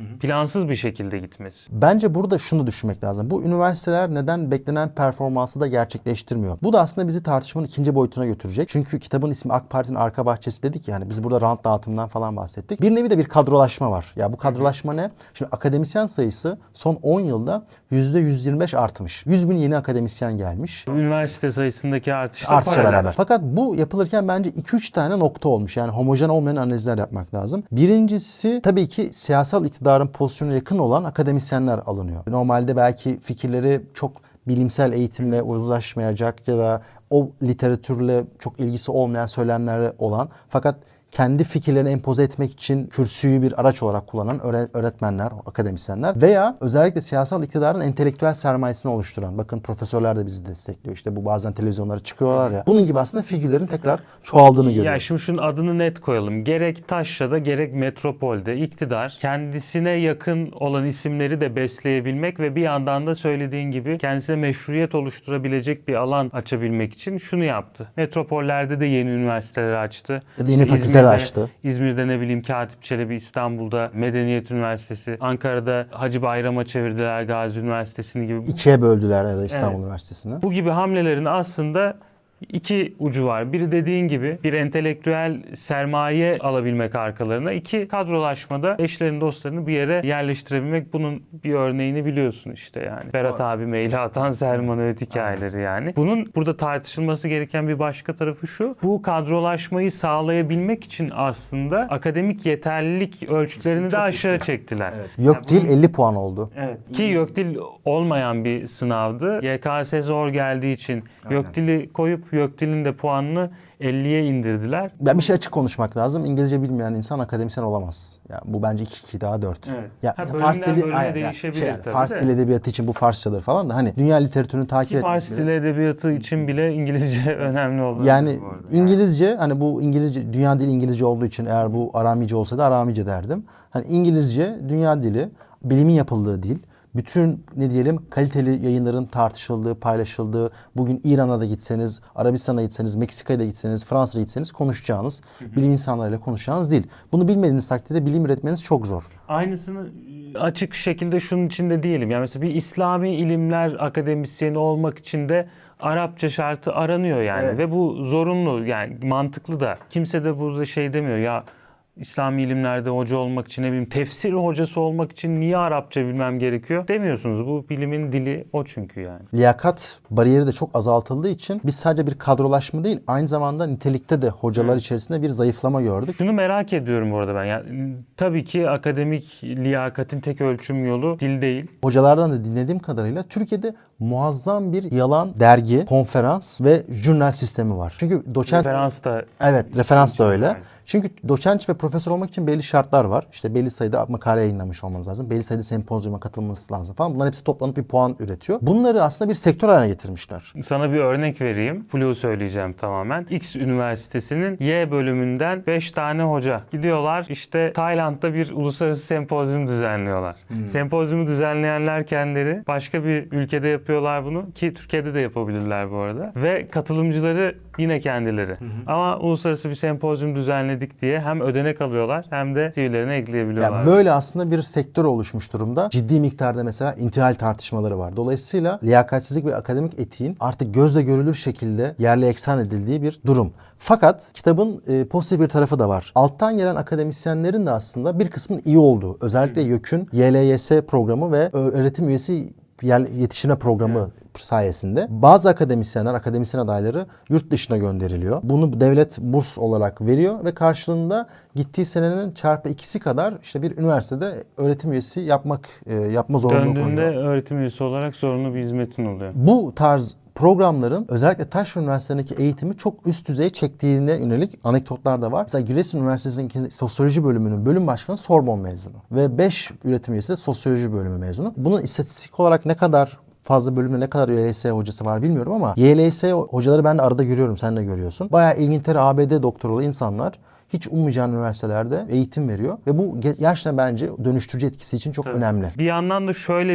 [SPEAKER 2] Plansız bir şekilde gitmesi.
[SPEAKER 1] Bence burada şunu düşünmek lazım. Bu üniversiteler neden beklenen performansı da gerçekleştirmiyor? Bu da aslında bizi tartışmanın ikinci boyutuna götürecek. Çünkü kitabın ismi AK Parti'nin arka bahçesi dedik ya, hani biz burada rant dağıtımından falan bahsettik. Bir nevi de bir kadrolaşma var. Ya bu kadrolaşma ne? Şimdi akademisyen sayısı son on yılda yüzde yüz yirmi beş artmış. yüz bin yeni akademisyen gelmiş.
[SPEAKER 2] Üniversite sayısındaki artışla
[SPEAKER 1] Artışla
[SPEAKER 2] paralel.
[SPEAKER 1] beraber. Fakat bu yapılırken bence iki üç tane nokta olmuş. Yani homojen olmayan analizler yapmak lazım. Birincisi tabii ki siyasal iktidarın pozisyonuna yakın olan akademisyenler alınıyor. Normalde belki fikirleri çok bilimsel eğitimle uzlaşmayacak ya da o literatürle çok ilgisi olmayan söylemleri olan, fakat kendi fikirlerini empoze etmek için kürsüyü bir araç olarak kullanan öğretmenler, akademisyenler veya özellikle siyasal iktidarın entelektüel sermayesini oluşturan, bakın profesörler de bizi destekliyor. İşte bu bazen televizyonlara çıkıyorlar ya. Bunun gibi aslında figürlerin tekrar çoğaldığını görüyoruz.
[SPEAKER 2] Ya şimdi şunun adını net koyalım. Gerek Taşra'da gerek Metropol'de iktidar kendisine yakın olan isimleri de besleyebilmek ve bir yandan da söylediğin gibi kendisine meşruiyet oluşturabilecek bir alan açabilmek için şunu yaptı. Metropollerde de yeni üniversiteler açtı.
[SPEAKER 1] Ya da yeni
[SPEAKER 2] İşte
[SPEAKER 1] fakülteler açtı.
[SPEAKER 2] İzmir'de ne bileyim Katip Çelebi, İstanbul'da Medeniyet Üniversitesi, Ankara'da Hacı Bayram'a çevirdiler Gazi Üniversitesi'ni gibi.
[SPEAKER 1] İkiye böldüler ya da İstanbul
[SPEAKER 2] Evet.
[SPEAKER 1] Üniversitesi'ni.
[SPEAKER 2] Bu gibi hamlelerin aslında iki ucu var. Biri dediğin gibi bir entelektüel sermaye alabilmek arkalarına. İki, kadrolaşmada eşlerini dostlarını bir yere yerleştirebilmek. Bunun bir örneğini biliyorsun işte yani. Berat abi maili atan Selman Öğüt hikayeleri yani. Bunun burada tartışılması gereken bir başka tarafı şu. Bu kadrolaşmayı sağlayabilmek için aslında akademik yeterlilik ölçütlerini de aşağı çektiler.
[SPEAKER 1] Evet. Yok dil elli puan oldu.
[SPEAKER 2] Evet. Ki YÖKDİL olmayan bir sınavdı. Y K S zor geldiği için YÖKDİL'i koyup YÖKDİL'in de puanını elliye indirdiler.
[SPEAKER 1] Ya bir şey açık konuşmak lazım. İngilizce bilmeyen insan akademisyen olamaz. Ya bu bence iki iki daha dört.
[SPEAKER 2] Evet.
[SPEAKER 1] Ya
[SPEAKER 2] Ha,
[SPEAKER 1] Fars
[SPEAKER 2] bölümden
[SPEAKER 1] dili
[SPEAKER 2] bölüme
[SPEAKER 1] aynen,
[SPEAKER 2] değişebilir
[SPEAKER 1] şey, yani,
[SPEAKER 2] tabii
[SPEAKER 1] Fars
[SPEAKER 2] de.
[SPEAKER 1] dili edebiyatı için bu Farsçadır falan da hani dünya literatürünü takip
[SPEAKER 2] Ki
[SPEAKER 1] etmek
[SPEAKER 2] Fars
[SPEAKER 1] bile-
[SPEAKER 2] dili edebiyatı için bile İngilizce önemli oldu.
[SPEAKER 1] Yani İngilizce, hani bu İngilizce, dünya dili İngilizce olduğu için eğer bu Aramice olsaydı Aramice derdim. Hani İngilizce dünya dili, bilimin yapıldığı dil. Bütün ne diyelim kaliteli yayınların tartışıldığı, paylaşıldığı, bugün İran'a da gitseniz, Arabistan'a gitseniz, Meksika'ya da gitseniz, Fransa'ya gitseniz konuşacağınız, hı hı. bilim insanlarıyla konuşacağınız dil. Bunu bilmediğiniz takdirde bilim üretmeniz çok zor.
[SPEAKER 2] Aynısını açık şekilde şunun içinde diyelim. Yani mesela bir İslami ilimler akademisyeni olmak için de Arapça şartı aranıyor yani. Evet. Ve bu zorunlu, yani mantıklı da. Kimse de burada şey demiyor ya, İslami ilimlerde hoca olmak için, ne bileyim tefsir hocası olmak için niye Arapça bilmem gerekiyor demiyorsunuz. Bu bilimin dili o çünkü yani.
[SPEAKER 1] Liyakat bariyeri de çok azaltıldığı için biz sadece bir kadrolaşma değil, aynı zamanda nitelikte de hocalar Hı. içerisinde bir zayıflama gördük.
[SPEAKER 2] Şunu merak ediyorum bu arada ben. Yani, tabii ki akademik liyakatin tek ölçüm yolu dil değil.
[SPEAKER 1] Hocalardan da dinlediğim kadarıyla Türkiye'de muazzam bir yalan dergi, konferans ve jurnal sistemi var. Çünkü doçent...
[SPEAKER 2] Referans da...
[SPEAKER 1] Evet, referans da öyle. Çünkü doçent ve profesör olmak için belli şartlar var. İşte belli sayıda makale yayınlamış olmanız lazım. Belli sayıda sempozyuma katılmanız lazım falan. Bunların hepsi toplanıp bir puan üretiyor. Bunları aslında bir sektör haline getirmişler.
[SPEAKER 2] Sana bir örnek vereyim. Flu söyleyeceğim tamamen. X üniversitesinin Y bölümünden beş tane hoca gidiyorlar. İşte Tayland'da bir uluslararası sempozyum düzenliyorlar. Hmm. Sempozyumu düzenleyenler kendileri. Başka bir ülkede yapıyorlar bunu. Ki Türkiye'de de yapabilirler bu arada. Ve katılımcıları yine kendileri. Hı hı. Ama uluslararası bir sempozyum düzenledik diye hem ödenek alıyorlar hem de C V'lerine ekleyebiliyorlar.
[SPEAKER 1] Yani böyle aslında bir sektör oluşmuş durumda. Ciddi miktarda mesela intihal tartışmaları var. Dolayısıyla liyakatsizlik ve akademik etiğin artık gözle görülür şekilde yerle eksan edildiği bir durum. Fakat kitabın e, pozitif bir tarafı da var. Alttan gelen akademisyenlerin de aslında bir kısmının iyi olduğu. Özellikle YÖK'ün Y L Y S programı ve öğretim üyesi yetiştirme programı evet. sayesinde bazı akademisyenler, akademisyen adayları yurt dışına gönderiliyor. Bunu devlet burs olarak veriyor ve karşılığında gittiği senenin çarpı ikisi kadar işte bir üniversitede öğretim üyesi yapmak e, yapma zorunluluğu koyuyor.
[SPEAKER 2] Döndüğünde öğretim üyesi olarak zorunlu bir hizmetin oluyor.
[SPEAKER 1] Bu tarz programların özellikle Taşra Üniversitesi'ndeki eğitimi çok üst düzeye çektiğine yönelik anekdotlar da var. Mesela Giresun Üniversitesi'ndeki sosyoloji bölümünün bölüm başkanı Sorbon mezunu ve beş üretim üyesi de sosyoloji bölümü mezunu. Bunun istatistik olarak ne kadar fazla bölümde ne kadar Y L S hocası var bilmiyorum ama Y L S hocaları ben de arada görüyorum, sen de görüyorsun. Bayağı İngiltere, A B D doktoralı insanlar hiç ummayacağın üniversitelerde eğitim veriyor ve bu gerçekten bence dönüştürücü etkisi için çok
[SPEAKER 2] Tabii.
[SPEAKER 1] önemli.
[SPEAKER 2] Bir yandan da şöyle bir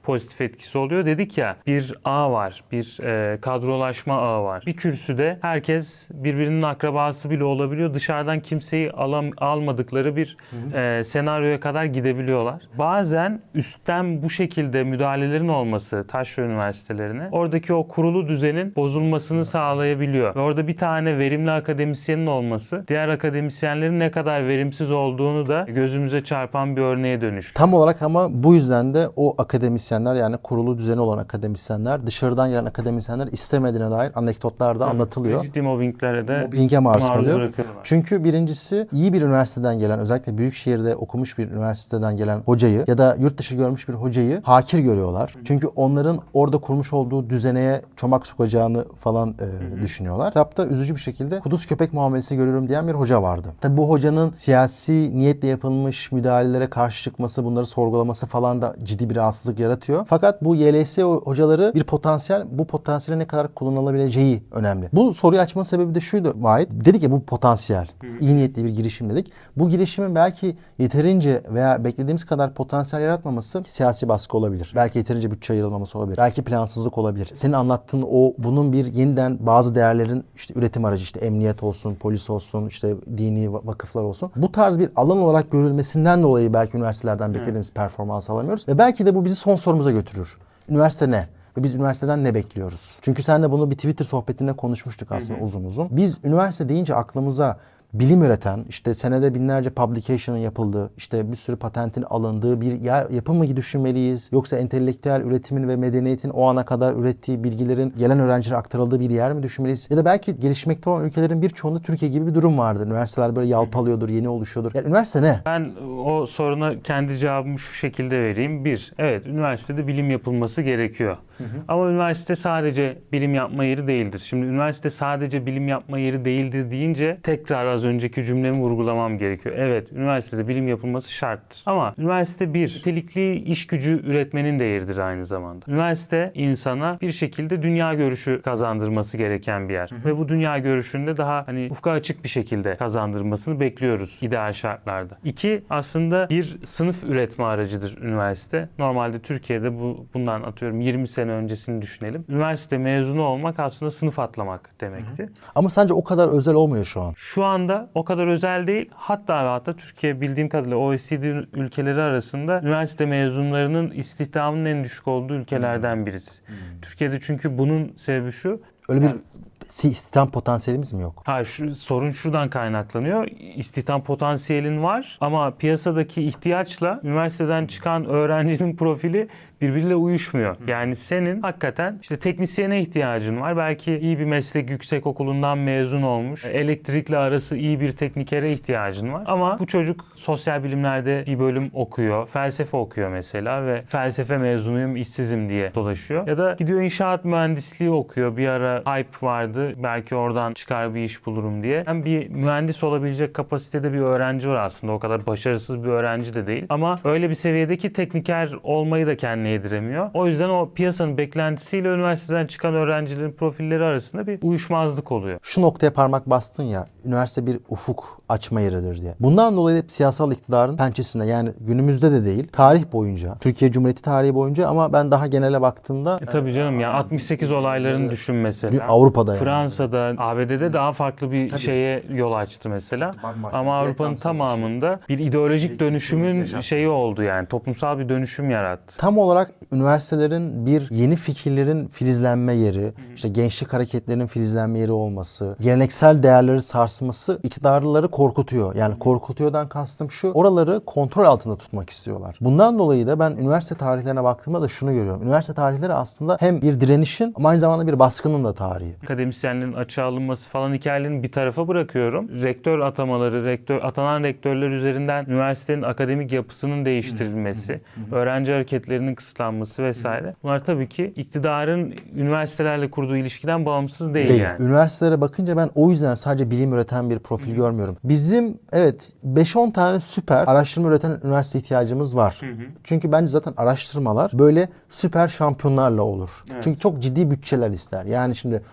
[SPEAKER 2] pozitif etkisi oluyor. Dedik ya, bir ağ var, bir e, kadrolaşma ağı var. Bir kürsüde herkes birbirinin akrabası bile olabiliyor. Dışarıdan kimseyi alam, almadıkları bir e, senaryoya kadar gidebiliyorlar. Bazen üstten bu şekilde müdahalelerin olması taşra üniversitelerine oradaki o kurulu düzenin bozulmasını sağlayabiliyor. Ve orada bir tane verimli akademisyenin olması diğer akademisyenlerin ne kadar verimsiz olduğunu da gözümüze çarpan bir örneğe dönüş.
[SPEAKER 1] Tam olarak ama bu yüzden de o akademisyenler, yani kurulu düzeni olan akademisyenler, dışarıdan gelen akademisyenler istemediğine dair anekdotlar da anlatılıyor.
[SPEAKER 2] Ciddi mobbinglere de
[SPEAKER 1] Mobbinge maruz kalıyor.
[SPEAKER 2] bırakıyorlar.
[SPEAKER 1] Çünkü birincisi iyi bir üniversiteden gelen, özellikle büyük şehirde okumuş bir üniversiteden gelen hocayı ya da yurt dışı görmüş bir hocayı hakir görüyorlar. Çünkü onların orada kurmuş olduğu düzeneye çomak sokacağını falan e, düşünüyorlar. Kitapta üzücü bir şekilde kuduz köpek muamelesi görüyorum diyen bir hoca vardı. Tabi bu hocanın siyasi niyetle yapılmış müdahalelere karşı çıkması, bunları sorgulaması falan da ciddi bir rahatsızlık yaratıyor. Fakat bu Y L S hocaları bir potansiyel, bu potansiyele ne kadar kullanılabileceği önemli. Bu soruyu açmanın sebebi de şuydu Vahit. Dedik ya, bu potansiyel, iyi niyetli bir girişim dedik. Bu girişimin belki yeterince veya beklediğimiz kadar potansiyel yaratmaması siyasi baskı olabilir. Belki yeterince bütçe ayrılmaması olabilir. Belki plansızlık olabilir. Senin anlattığın o, bunun bir yeniden bazı değerlerin işte üretim aracı, işte emniyet olsun, polis olsun, işte dini vakıflar olsun. Bu tarz bir alan olarak görülmesinden dolayı belki üniversitelerden beklediğimiz evet. performans alamıyoruz. Ve belki de bu bizi son sorumuza götürür. Üniversite ne? Ve biz üniversiteden ne bekliyoruz? Çünkü seninle bunu bir Twitter sohbetinde konuşmuştuk aslında hı hı. uzun uzun. Biz üniversite deyince aklımıza bilim üreten, işte senede binlerce publication'ın yapıldığı, işte bir sürü patentin alındığı bir yer yapı mı düşünmeliyiz? Yoksa entelektüel üretimin ve medeniyetin o ana kadar ürettiği bilgilerin gelen öğrencilere aktarıldığı bir yer mi düşünmeliyiz? Ya da belki gelişmekte olan ülkelerin birçoğunda Türkiye gibi bir durum vardır. Üniversiteler böyle yalpalıyordur, yeni oluşuyordur. Yani üniversite ne?
[SPEAKER 2] Ben o soruna kendi cevabımı şu şekilde vereyim. Bir, evet, üniversitede bilim yapılması gerekiyor. Hı hı. Ama üniversite sadece bilim yapma yeri değildir. Şimdi üniversite sadece bilim yapma yeri değildir deyince tekrar az önceki cümlemi vurgulamam gerekiyor. Evet, üniversitede bilim yapılması şarttır. Ama üniversite bir, nitelikli iş gücü üretmenin de yeridir aynı zamanda. Üniversite insana bir şekilde dünya görüşü kazandırması gereken bir yer. Hı hı. Ve bu dünya görüşünde daha hani ufka açık bir şekilde kazandırmasını bekliyoruz ideal şartlarda. İki, aslında bir sınıf üretme aracıdır üniversite. Normalde Türkiye'de bu bundan atıyorum yirmi sene öncesini düşünelim. Üniversite mezunu olmak aslında sınıf atlamak demekti. Hı hı.
[SPEAKER 1] Ama sence o kadar özel olmuyor şu an?
[SPEAKER 2] Şu anda o kadar özel değil. Hatta ve hatta Türkiye bildiğim kadarıyla O E C D ülkeleri arasında üniversite mezunlarının istihdamının en düşük olduğu ülkelerden birisi. Hmm. Türkiye'de çünkü bunun sebebi şu.
[SPEAKER 1] Öyle bir yani, istihdam potansiyelimiz mi yok?
[SPEAKER 2] Hayır, şu, sorun şuradan kaynaklanıyor. İstihdam potansiyelin var ama piyasadaki ihtiyaçla üniversiteden çıkan öğrencinin profili birbiriyle uyuşmuyor. Yani senin hakikaten işte teknisyene ihtiyacın var. Belki iyi bir meslek yüksekokulundan mezun olmuş. Elektrikle arası iyi bir teknikere ihtiyacın var. Ama bu çocuk sosyal bilimlerde bir bölüm okuyor. Felsefe okuyor mesela ve felsefe mezunuyum, işsizim diye dolaşıyor. Ya da gidiyor inşaat mühendisliği okuyor. Bir ara hype vardı. Belki oradan çıkar bir iş bulurum diye. Hem bir mühendis olabilecek kapasitede bir öğrenci var aslında. O kadar başarısız bir öğrenci de değil. Ama öyle bir seviyedeki tekniker olmayı da kendine yediremiyor. O yüzden o piyasanın beklentisiyle üniversiteden çıkan öğrencilerin profilleri arasında bir uyuşmazlık oluyor.
[SPEAKER 1] Şu noktaya parmak bastın ya, üniversite bir ufuk açma yeridir diye. Bundan dolayı hep siyasal iktidarın pençesinde, yani günümüzde de değil, tarih boyunca, Türkiye Cumhuriyeti tarihi boyunca ama ben daha genele baktığımda...
[SPEAKER 2] E tabii canım ya, altmış sekiz olaylarını düşün mesela.
[SPEAKER 1] Avrupa'da yani.
[SPEAKER 2] Fransa'da, A B D'de daha farklı bir tabii. şeye yol açtı mesela. Ama Avrupa'nın tamamında bir ideolojik dönüşümün şeyi oldu yani. Toplumsal bir dönüşüm yarattı.
[SPEAKER 1] Tam olarak üniversitelerin bir yeni fikirlerin filizlenme yeri, işte gençlik hareketlerinin filizlenme yeri olması, geleneksel değerleri sarsması iktidarlıları korkutuyor. Yani korkutuyordan kastım şu, oraları kontrol altında tutmak istiyorlar. Bundan dolayı da ben üniversite tarihlerine baktığımda da şunu görüyorum. Üniversite tarihleri aslında hem bir direnişin ama aynı zamanda bir baskının da tarihi.
[SPEAKER 2] Akademisyenlerin açığa alınması falan hikayelerini bir tarafa bırakıyorum. Rektör atamaları, rektör atanan rektörler üzerinden üniversitenin akademik yapısının değiştirilmesi, öğrenci hareketlerinin kısıtlanması vesaire. Bunlar tabii ki iktidarın üniversitelerle kurduğu ilişkiden bağımsız değil, değil. yani.
[SPEAKER 1] Üniversitelere bakınca ben o yüzden sadece bilim üreten bir profil Hı. görmüyorum. Bizim evet beş on tane süper araştırma üreten üniversite ihtiyacımız var. Hı hı. Çünkü bence zaten araştırmalar böyle süper şampiyonlarla olur. Evet. Çünkü çok ciddi bütçeler ister. Yani şimdi Amerika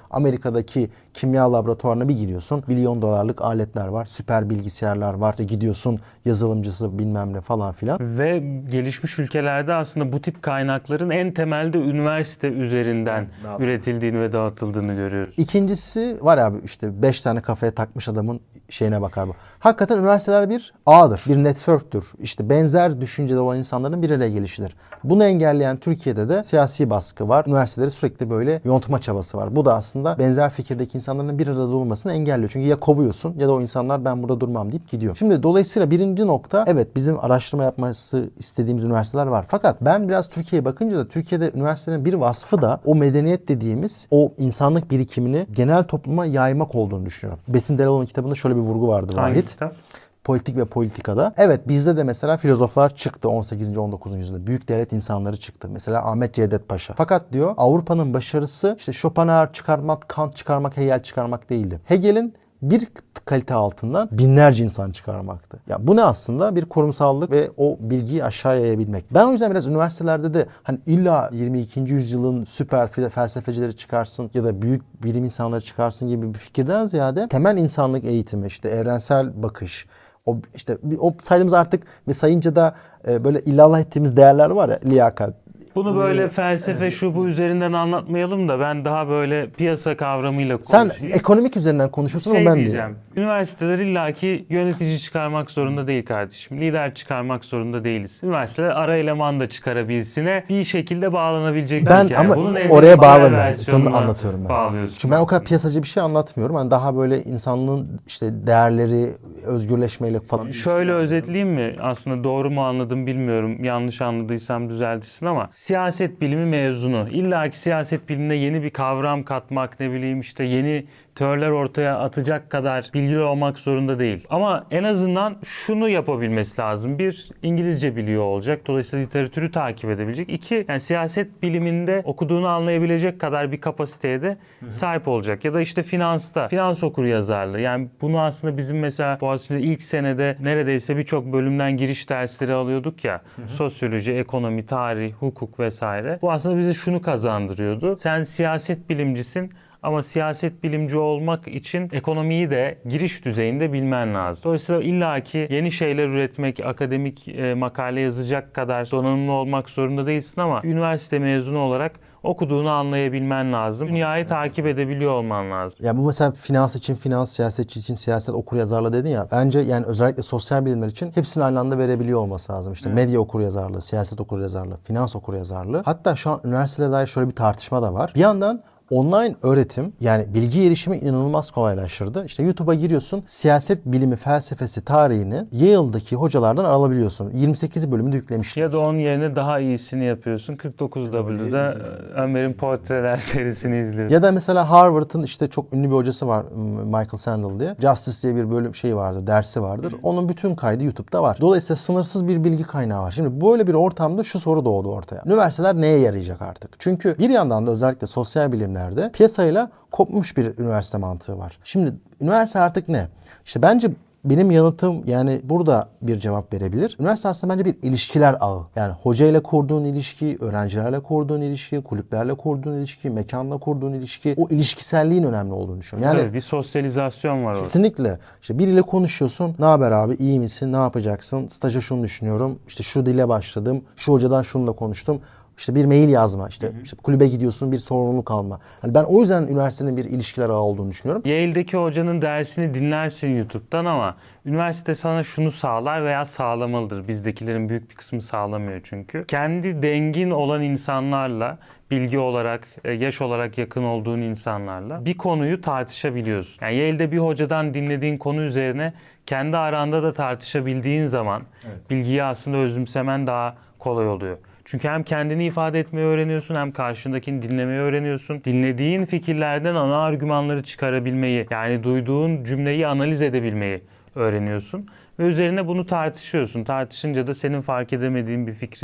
[SPEAKER 1] Amerika'daki kimya laboratuvarına bir gidiyorsun. Milyon dolarlık aletler var. Süper bilgisayarlar var. İşte gidiyorsun yazılımcısı bilmem ne falan filan.
[SPEAKER 2] Ve gelişmiş ülkelerde aslında bu tip kaynakların en temelde üniversite üzerinden
[SPEAKER 1] Evet,
[SPEAKER 2] üretildiğini ve dağıtıldığını görüyoruz.
[SPEAKER 1] İkincisi var abi işte beş tane kafaya takmış adamın şeyine bakar bu. Hakikaten üniversiteler bir ağdır, bir network'tür. İşte benzer düşüncede olan insanların bir araya gelişidir. Bunu engelleyen Türkiye'de de siyasi baskı var. Üniversiteleri sürekli böyle yontma çabası var. Bu da aslında benzer fikirdeki insanların bir arada olmasını engelliyor. Çünkü ya kovuyorsun ya da o insanlar ben burada durmam deyip gidiyor. Şimdi dolayısıyla birinci nokta evet bizim araştırma yapması istediğimiz üniversiteler var. Fakat ben biraz Türkiye'ye bakınca da Türkiye'de üniversitelerin bir vasfı da o medeniyet dediğimiz o insanlık birikimini genel topluma yaymak olduğunu düşünüyorum. Besin Delaloğlu'nun kitabında şöyle bir vurgu vardı
[SPEAKER 2] Hangi
[SPEAKER 1] Vahit.
[SPEAKER 2] kitap?
[SPEAKER 1] Politik ve politikada. Evet bizde de mesela filozoflar çıktı on sekizinci on dokuzuncu yüzyılda. Büyük devlet insanları çıktı. Mesela Ahmet Cevdet Paşa. Fakat diyor Avrupa'nın başarısı işte Schopenhauer çıkarmak, Kant çıkarmak, Hegel çıkarmak değildi. Hegel'in bir kalite altından binlerce insan çıkarmaktı. Ya bu ne aslında? Bir kurumsallık ve o bilgiyi aşağı yayabilmek. Ben o yüzden biraz üniversitelerde de hani illa yirmi ikinci yüzyılın süper felsefecileri çıkarsın ya da büyük bilim insanları çıkarsın gibi bir fikirden ziyade temel insanlık eğitimi, işte evrensel bakış, o işte o saydığımız artık ve sayınca da e, böyle illallah ettiğimiz değerler var ya, liyakat.
[SPEAKER 2] Bunu böyle felsefe şu bu üzerinden anlatmayalım da ben daha böyle piyasa kavramıyla
[SPEAKER 1] Sen
[SPEAKER 2] konuşayım.
[SPEAKER 1] ekonomik üzerinden konuşuyorsun
[SPEAKER 2] Şey
[SPEAKER 1] ama ben
[SPEAKER 2] diyeceğim. Üniversiteler illaki yönetici çıkarmak zorunda değil kardeşim. Lider çıkarmak zorunda değiliz. Üniversiteler ara eleman da çıkarabilsine bir şekilde bağlanabilecek
[SPEAKER 1] Ben
[SPEAKER 2] bir hikaye.
[SPEAKER 1] ama
[SPEAKER 2] Bunun
[SPEAKER 1] oraya
[SPEAKER 2] entelektüel
[SPEAKER 1] bağlamıyorum.
[SPEAKER 2] versiyonuna
[SPEAKER 1] Sonunu anlatıyorum ben.
[SPEAKER 2] bağlıyorsun.
[SPEAKER 1] Çünkü ben o kadar piyasacı bir şey anlatmıyorum. Yani daha böyle insanlığın işte değerleri, özgürleşmeyle falan.
[SPEAKER 2] Şöyle özetleyeyim mi? Aslında doğru mu anladım bilmiyorum. Yanlış anladıysam düzeltirsin ama siyaset bilimi mezunu. İlla ki siyaset bilimine yeni bir kavram katmak, ne bileyim işte yeni teoriler ortaya atacak kadar bilgili olmak zorunda değil. Ama en azından şunu yapabilmesi lazım. Bir, İngilizce biliyor olacak. Dolayısıyla literatürü takip edebilecek. İki, yani siyaset biliminde okuduğunu anlayabilecek kadar bir kapasiteye de sahip olacak. Ya da işte finansta, finans okuryazarlığı. Yani bunu aslında bizim mesela Boğaziçi'nde ilk senede neredeyse birçok bölümden giriş dersleri alıyorduk ya. Hı hı. Sosyoloji, ekonomi, tarih, hukuk vesaire. Bu aslında bize şunu kazandırıyordu. Sen siyaset bilimcisin. Ama siyaset bilimci olmak için ekonomiyi de giriş düzeyinde bilmen lazım. Dolayısıyla illaki yeni şeyler üretmek, akademik e, makale yazacak kadar donanımlı olmak zorunda değilsin ama üniversite mezunu olarak okuduğunu anlayabilmen lazım. Dünyayı takip edebiliyor olman lazım.
[SPEAKER 1] Ya bu mesela finans için finans, siyasetçi için siyaset okuryazarlığı dedin ya. Bence yani özellikle sosyal bilimler için hepsini aynı anda verebiliyor olması lazım. İşte evet. Medya okuryazarlığı, siyaset okuryazarlığı, finans okuryazarlığı. Hatta şu an üniversitelere dair şöyle bir tartışma da var. Bir yandan online öğretim yani bilgi erişimi inanılmaz kolaylaştırdı. İşte YouTube'a giriyorsun, siyaset bilimi, felsefesi, tarihini Yale'daki hocalardan alabiliyorsun. yirmi sekiz bölümü de yüklemişler.
[SPEAKER 2] Ya da onun yerine daha iyisini yapıyorsun. kırk dokuz W'da Ömer'in Portreler serisini izliyorsun.
[SPEAKER 1] Ya da mesela Harvard'ın işte çok ünlü bir hocası var, Michael Sandel diye. Justice diye bir bölüm şey vardır, dersi vardır. Onun bütün kaydı YouTube'da var. Dolayısıyla sınırsız bir bilgi kaynağı var. Şimdi böyle bir ortamda şu soru doğdu ortaya. Üniversiteler neye yarayacak artık? Çünkü bir yandan da özellikle sosyal bilimler piyasayla kopmuş bir üniversite mantığı var. Şimdi üniversite artık ne? İşte bence benim yanıtım yani burada bir cevap verebilir. Üniversite aslında bence bir ilişkiler ağı. Yani hocayla kurduğun ilişki, öğrencilerle kurduğun ilişki, kulüplerle kurduğun ilişki, mekanla kurduğun ilişki. O ilişkiselliğin önemli olduğunu düşünüyorum. Yani
[SPEAKER 2] tabii bir sosyalizasyon var orada.
[SPEAKER 1] Kesinlikle. İşte biriyle konuşuyorsun. Ne haber abi? İyi misin? Ne yapacaksın? Staja şunu düşünüyorum. İşte şu dile başladım. Şu hocadan şununla konuştum. İşte bir mail yazma, işte, işte kulübe gidiyorsun, bir sorumluluk alma. Yani ben o yüzden üniversitenin bir ilişkiler ağı olduğunu düşünüyorum.
[SPEAKER 2] Yale'deki hocanın dersini dinlersin YouTube'dan ama üniversite sana şunu sağlar veya sağlamalıdır. Bizdekilerin büyük bir kısmı sağlamıyor çünkü. Kendi dengin olan insanlarla, bilgi olarak, yaş olarak yakın olduğun insanlarla bir konuyu tartışabiliyorsun. Yani Yale'de bir hocadan dinlediğin konu üzerine kendi aranda da tartışabildiğin zaman evet. bilgiyi aslında özümsemen daha kolay oluyor. Çünkü hem kendini ifade etmeyi öğreniyorsun hem karşındakini dinlemeyi öğreniyorsun. Dinlediğin fikirlerden ana argümanları çıkarabilmeyi, yani duyduğun cümleyi analiz edebilmeyi öğreniyorsun. Ve üzerine bunu tartışıyorsun. Tartışınca da senin fark edemediğin bir fikri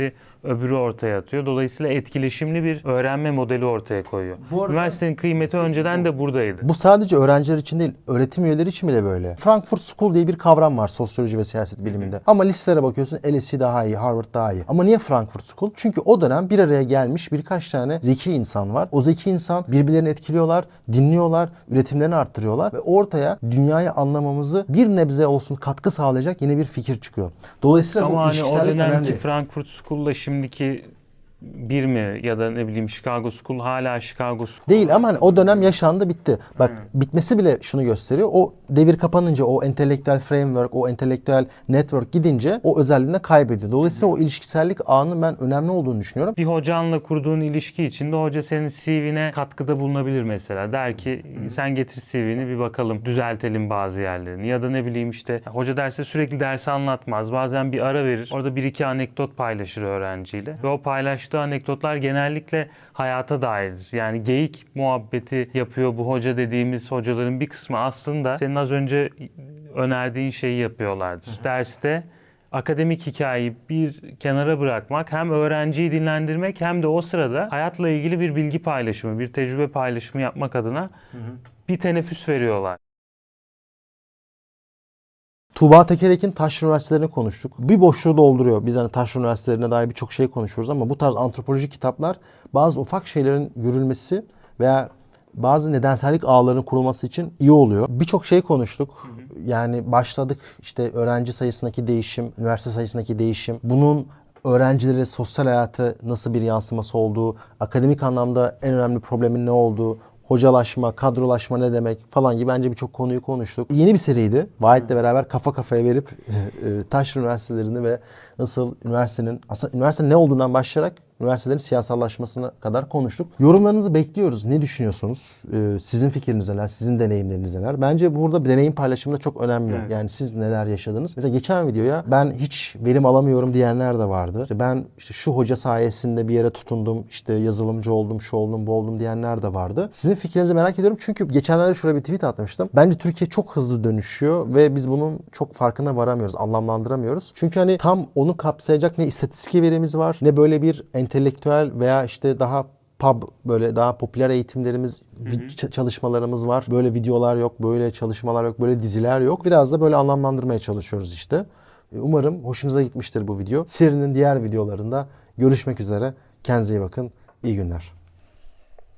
[SPEAKER 2] öbürü ortaya atıyor. Dolayısıyla etkileşimli bir öğrenme modeli ortaya koyuyor.
[SPEAKER 1] Bu arada-
[SPEAKER 2] Üniversitenin kıymeti önceden de buradaydı.
[SPEAKER 1] Bu sadece öğrenciler için değil, öğretim üyeleri için bile böyle. Frankfurt School diye bir kavram var sosyoloji ve siyaset biliminde. Ama listelere bakıyorsun, L S E daha iyi, Harvard daha iyi. Ama niye Frankfurt School? Çünkü o dönem bir araya gelmiş birkaç tane zeki insan var. O zeki insan birbirlerini etkiliyorlar, dinliyorlar, üretimlerini arttırıyorlar ve ortaya dünyayı anlamamızı bir nebze olsun katkı sağlayacak yeni bir fikir çıkıyor. Dolayısıyla
[SPEAKER 2] Ama
[SPEAKER 1] bu
[SPEAKER 2] hani o
[SPEAKER 1] ilişkisellik
[SPEAKER 2] dönemki
[SPEAKER 1] önemli.
[SPEAKER 2] Frankfurt School'la şimdiki bir mi ya da ne bileyim Chicago School hala Chicago School.
[SPEAKER 1] Değil ama hani o dönem yaşandı, bitti. Bak bitmesi bile şunu gösteriyor. O devir kapanınca, o entelektüel framework, o entelektüel network gidince o özelliğini kaybediyor. Dolayısıyla o ilişkisellik ağının ben önemli olduğunu düşünüyorum.
[SPEAKER 2] Bir hocanla kurduğun ilişki içinde hoca senin C V'ne katkıda bulunabilir mesela. Der ki sen getir C V'ni bir bakalım, düzeltelim bazı yerlerini. Ya da ne bileyim işte hoca derse sürekli dersi anlatmaz. Bazen bir ara verir. Orada bir iki anekdot paylaşır öğrenciyle. Ve o paylaştığı anekdotlar genellikle hayata dairdir. Yani geyik muhabbeti yapıyor bu hoca dediğimiz hocaların bir kısmı aslında senin az önce önerdiğin şeyi yapıyorlardır. Derste akademik hikayeyi bir kenara bırakmak, hem öğrenciyi dinlendirmek hem de o sırada hayatla ilgili bir bilgi paylaşımı, bir tecrübe paylaşımı yapmak adına hı hı. bir teneffüs veriyorlar.
[SPEAKER 1] Tuğba Tekerek'in taşra üniversitelerini konuştuk. Bir boşluğu dolduruyor. Biz hani taşra üniversitelerine dair birçok şey konuşuyoruz ama bu tarz antropolojik kitaplar bazı ufak şeylerin görülmesi veya bazı nedensellik ağlarının kurulması için iyi oluyor. Birçok şey konuştuk. Hı hı. Yani başladık işte öğrenci sayısındaki değişim, üniversite sayısındaki değişim, bunun öğrencilere sosyal hayata nasıl bir yansıması olduğu, akademik anlamda en önemli problemin ne olduğu, hocalaşma, kadrolaşma ne demek falan gibi bence birçok konuyu konuştuk. Yeni bir seriydi. Vahit'le beraber kafa kafaya verip taşra üniversitelerini ve nasıl üniversitenin, aslında üniversitenin ne olduğundan başlayarak üniversitelerin siyasallaşmasına kadar konuştuk. Yorumlarınızı bekliyoruz. Ne düşünüyorsunuz? Ee, sizin fikriniz neler? Sizin deneyimleriniz neler? Bence burada bir deneyim paylaşımı da çok önemli. Evet. Yani siz neler yaşadınız? Mesela geçen videoya ben hiç verim alamıyorum diyenler de vardı. İşte ben işte şu hoca sayesinde bir yere tutundum, işte yazılımcı oldum, şu oldum, bu oldum diyenler de vardı. Sizin fikrinizi merak ediyorum. Çünkü geçenlerde şuraya bir tweet atmıştım. Bence Türkiye çok hızlı dönüşüyor ve biz bunun çok farkına varamıyoruz, anlamlandıramıyoruz. Çünkü hani tam onu kapsayacak ne istatistik verimiz var, ne böyle bir entelektüel veya işte daha pub, böyle daha popüler eğitimlerimiz, hı hı. çalışmalarımız var. Böyle videolar yok, böyle çalışmalar yok, böyle diziler yok. Biraz da böyle anlamlandırmaya çalışıyoruz işte. Umarım hoşunuza gitmiştir bu video. Serinin diğer videolarında görüşmek üzere. Kendinize iyi bakın. İyi günler.